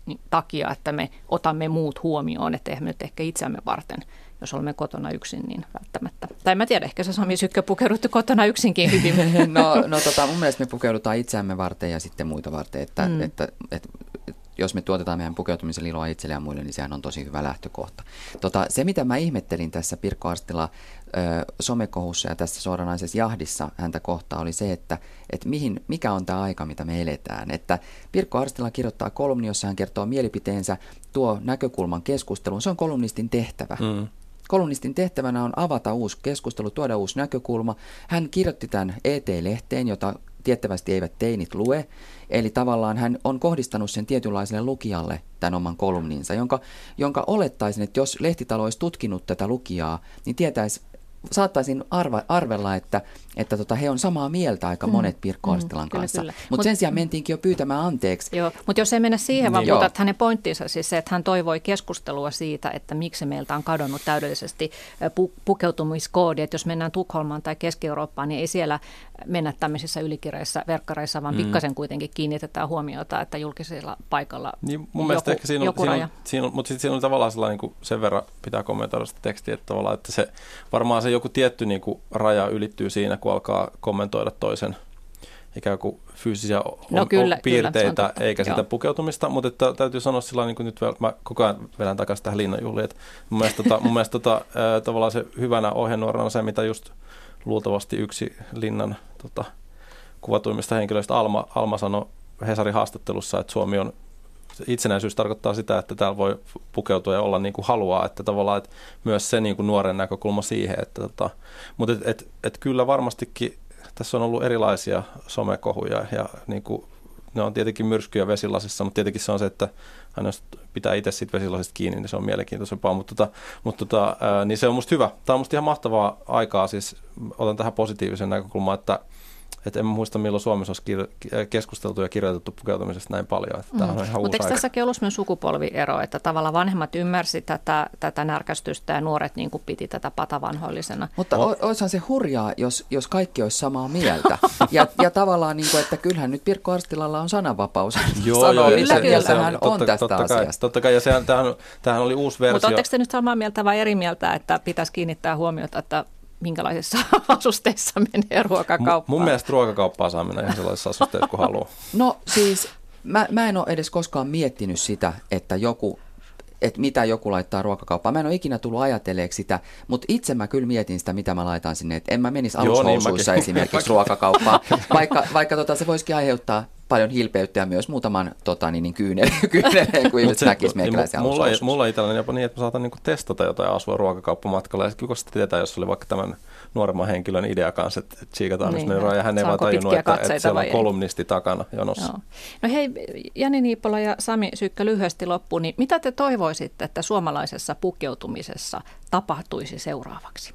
takia, että me otamme muut huomioon, että eihän me nyt ehkä itseämme varten, jos olemme kotona yksin, niin välttämättä. Tai mä tiedän, ehkä sä Sami Sykkö pukeudutte kotona yksinkin hyvin. No, no tota, mun mielestä me pukeudutaan itseämme varten ja sitten muita varten, että, mm. että, että, että jos me tuotetaan meidän pukeutumisen iloa itselle ja muille, niin sehän on tosi hyvä lähtökohta. Tota, se, mitä mä ihmettelin tässä Pirkko Arstila ö, somekohussa ja tässä suoranaisessa jahdissa häntä kohtaan, oli se, että, että mihin, mikä on tämä aika, mitä me eletään. Että Pirkko Arstila kirjoittaa kolumni, jossa hän kertoo mielipiteensä, tuo näkökulman keskusteluun. Se on kolumnistin tehtävä. Mm. Kolumnistin tehtävänä on avata uusi keskustelu, tuoda uusi näkökulma. Hän kirjoitti tämän E T-lehteen, jota tiettävästi eivät teinit lue. Eli tavallaan hän on kohdistanut sen tietynlaiselle lukijalle tämän oman kolumninsa, jonka, jonka olettaisin, että jos lehtitalo olisi tutkinut tätä lukijaa, niin tietäisi, saattaisin arva, arvella, että, että tota, he on samaa mieltä aika monet Pirkko Arstilan mm, kanssa. Mutta Mut, sen sijaan mentiinkin jo pyytämään anteeksi. Joo, mutta jos ei mennä siihen, vaan puhutaan, että hänen pointtinsa siis se, että hän toivoi keskustelua siitä, että miksi meiltä on kadonnut täydellisesti pu- pukeutumiskoodi. Että jos mennään Tukholmaan tai Keski-Eurooppaan, niin ei siellä mennä tämmöisissä ylikireissä verkkareissa, vaan mm. pikkasen kuitenkin kiinnitetään huomiota, että julkisella paikalla niin, mun joku, ehkä siinä on, joku siinä raja. On, siinä on, mutta sitten siinä on tavallaan sellainen, niin sen verran pitää kommentoida sitä tekstiä, että, tavallaan, että se, varmaan se joku tietty niin kuin raja ylittyy siinä, kun alkaa kommentoida toisen ikään kuin fyysisiä no, kyllä, piirteitä, kyllä, eikä sitä pukeutumista, mutta että, täytyy sanoa sillä niin kuin nyt mä koko ajan vedän takaisin tähän linnanjuhliin, että mun mielestä, tota, mun mielestä tota, ää, tavallaan se hyvänä ohjenuorana on se, mitä just luultavasti yksi linnan tota, kuvatuimmista henkilöistä Alma, Alma sanoi Hesarin haastattelussa, että Suomi on, itsenäisyys tarkoittaa sitä, että täällä voi pukeutua ja olla niin kuin haluaa, että tavallaan että myös se niin kuin nuoren näkökulma siihen, että tota, mutta et, et, et kyllä varmastikin tässä on ollut erilaisia somekohuja ja niin kuin, ne on tietenkin myrskyjä vesilasissa, mutta tietenkin se on se, että aina jos pitää itse siitä vesilasista kiinni, niin se on mielenkiintoisempaa, mutta, tota, mutta tota, ää, niin se on musta hyvä. Tämä on musta ihan mahtavaa aikaa, siis otan tähän positiivisen näkökulman, että Että en muista, milloin Suomessa olisi kir- keskusteltu ja kirjoitettu pukeutumisesta näin paljon. Että mm. on ihan Mutta eikö tässäkin ollut myös sukupolviero, että tavallaan vanhemmat ymmärsivät tätä, tätä närkästystä ja nuoret niin kuin piti tätä patavanhoillisena? Mutta o- olisihan se hurjaa, jos, jos kaikki olisi samaa mieltä. ja, ja tavallaan, niin kuin, että kyllähän nyt Pirkko Arstilalla on sananvapaus. Joo, sanoo, joo, mitä kyllä, mieltä kyllä. hän on totta, tästä totta kai, asiasta. Totta kai, ja sehän, tämähän, tämähän oli uusi versio. Mutta oletteko te nyt samaa mieltä vai eri mieltä, että pitäisi kiinnittää huomiota, että minkälaisissa asusteissa menee ruokakauppaan? Mun mielestä ruokakauppaa saa mennä ihan sellaisissa asusteissa kuin haluaa. No siis mä, mä en ole edes koskaan miettinyt sitä, että joku, että mitä joku laittaa ruokakauppaan. Mä en ole ikinä tullut ajatelleeksi sitä, mutta itse mä kyllä mietin sitä, mitä mä laitan sinne. Että en mä menisi alushousuissa niin esimerkiksi ruokakauppaan, vaikka, vaikka tota, se voisikin aiheuttaa paljon hilpeyttä ja myös muutaman tota, niin, niin kyyneleen, kyyneleen kuin ihmiset näkisi meikäläisiä alushousuissa. Mulla itselleni jopa niin, että mä saatan niinku testata jotain asua ruokakauppamatkalla. Ja sitten kuka sitten tietää, jos oli vaikka tämän nuoremman henkilön idea kanssa, että tsiikataan, niin, mistä ne ja hän ei vaan tajunnut, että, että siellä on kolumnisti takana jonossa. Joo. No hei, Jani Niipola ja Sami Sykkö lyhyesti loppuun, niin mitä te toivoisitte, että suomalaisessa pukeutumisessa tapahtuisi seuraavaksi?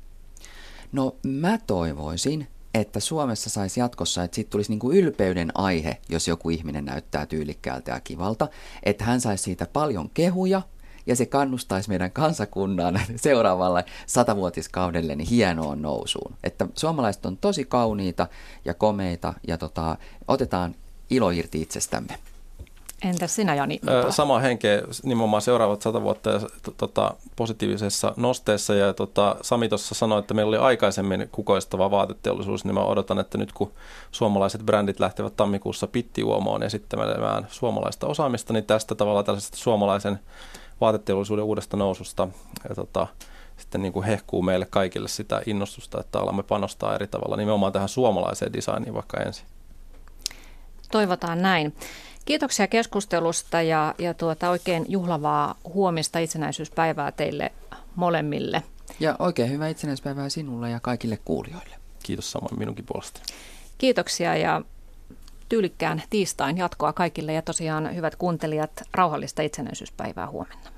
No mä toivoisin, että Suomessa saisi jatkossa, että siitä tulisi niin kuin ylpeyden aihe, jos joku ihminen näyttää tyylikkäältä ja kivalta, että hän saisi siitä paljon kehuja ja se kannustaisi meidän kansakunnan seuraavalle satavuotiskaudelle niin hienoon nousuun. Että suomalaiset on tosi kauniita ja komeita ja tota, otetaan ilo irti itsestämme. Entäs sinä, Jani? Sama henkeä nimenomaan seuraavat sata vuotta ja, tota, positiivisessa nosteessa. Ja tota, Sami tuossa sanoi, että meillä oli aikaisemmin kukoistava vaateteollisuus, niin mä odotan, että nyt kun suomalaiset brändit lähtevät tammikuussa Pitti-Uomoon esittelemään suomalaista osaamista, niin tästä tavallaan tällaisesta suomalaisen vaateteollisuuden uudesta noususta ja, tota, sitten niin kuin hehkuu meille kaikille sitä innostusta, että alamme panostaa eri tavalla nimenomaan tähän suomalaiseen designiin vaikka ensin. Toivotaan näin. Kiitoksia keskustelusta ja, ja tuota oikein juhlavaa huomista itsenäisyyspäivää teille molemmille. Ja oikein hyvää itsenäisyyspäivää sinulle ja kaikille kuulijoille. Kiitos samoin minunkin puolesta. Kiitoksia ja tyylikkään tiistain jatkoa kaikille ja tosiaan hyvät kuuntelijat, rauhallista itsenäisyyspäivää huomenna.